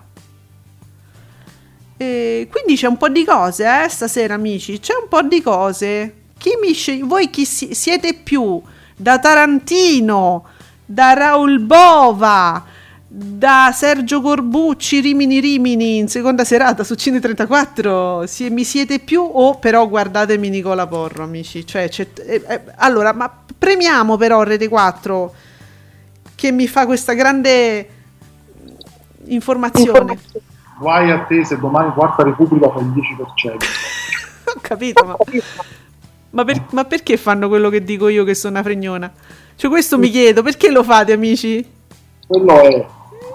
E quindi c'è un po' di cose, eh, stasera, amici, c'è un po' di cose. Chi mi sceglie? Voi chi si- siete più? Da Tarantino, da Raul Bova, da Sergio Corbucci, Rimini Rimini in seconda serata su Cine trentaquattro? Si- mi siete più o però guardatemi Nicola Porro, amici? Cioè, c'è, eh, eh, allora, ma premiamo però Rete quattro che mi fa questa grande informazione. Informazione. Guai a te se domani Quarta Repubblica fa il dieci per cento. Ho capito, ma, ma, per, ma perché fanno quello che dico io che sono una fregnona? Cioè, questo mi chiedo, perché lo fate, amici? Quello è.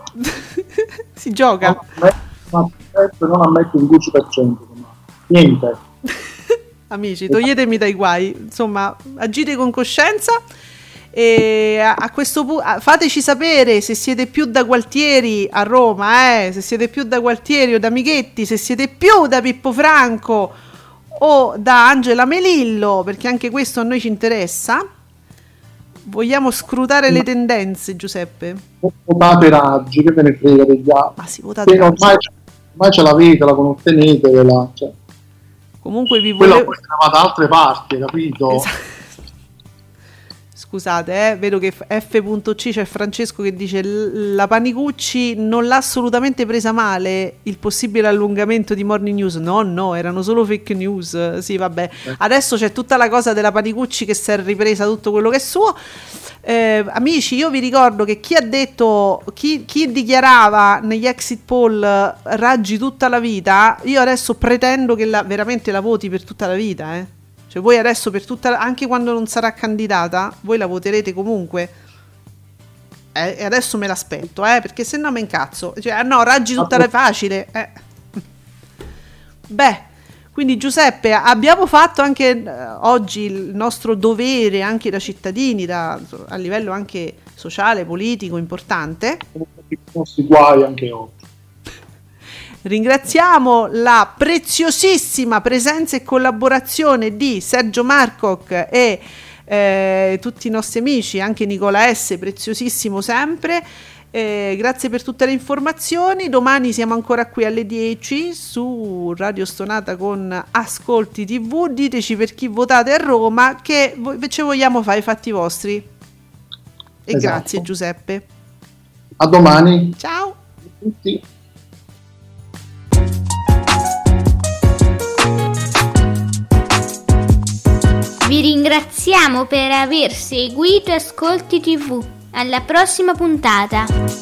Si gioca. Non ammette, non ammette un dieci per cento. Niente. Amici, toglietemi dai guai. Insomma, agite con coscienza. E a, a questo punto fateci sapere se siete più da Gualtieri a Roma, eh? Se siete più da Gualtieri o da Michetti, se siete più da Pippo Franco o da Angela Melillo, perché anche questo a noi ci interessa. Vogliamo scrutare le tendenze, Giuseppe. Votate Raggi, che ve ne frega degli altri. Ma sì, votate Raggi. Ormai, ormai ce l'avete, la conoscenete, cioè. Comunque vi volevo... volevo... poi se ne va da altre parti, capito? Esatto. Scusate, eh, vedo che F C c'è Francesco che dice la Panicucci non l'ha assolutamente presa male il possibile allungamento di Morning News. No, no, erano solo fake news. Sì, vabbè. Adesso c'è tutta la cosa della Panicucci che si è ripresa tutto quello che è suo. Eh, amici, io vi ricordo che chi ha detto, chi, chi dichiarava negli exit poll Raggi tutta la vita, io adesso pretendo che la, veramente la voti per tutta la vita, eh. Cioè voi adesso per tutta, anche quando non sarà candidata, voi la voterete comunque. Eh, e adesso me l'aspetto, eh, perché se no me incazzo. Cioè, no, Raggi tutta la facile. Eh. Beh, quindi Giuseppe, abbiamo fatto anche eh, oggi il nostro dovere anche da cittadini, da, a livello anche sociale, politico, importante. Non si guai anche oggi. Ringraziamo la preziosissima presenza e collaborazione di Sergio Marcoc e eh, tutti i nostri amici, anche Nicola S, preziosissimo sempre. Eh, grazie per tutte le informazioni. Domani siamo ancora qui alle dieci su Radio Stonata con Ascolti tivù. Diteci per chi votate a Roma, che ci vogliamo fare i fatti vostri. E esatto. Grazie Giuseppe. A domani. Ciao a tutti. Vi ringraziamo per aver seguito Ascolti tivù. Alla prossima puntata.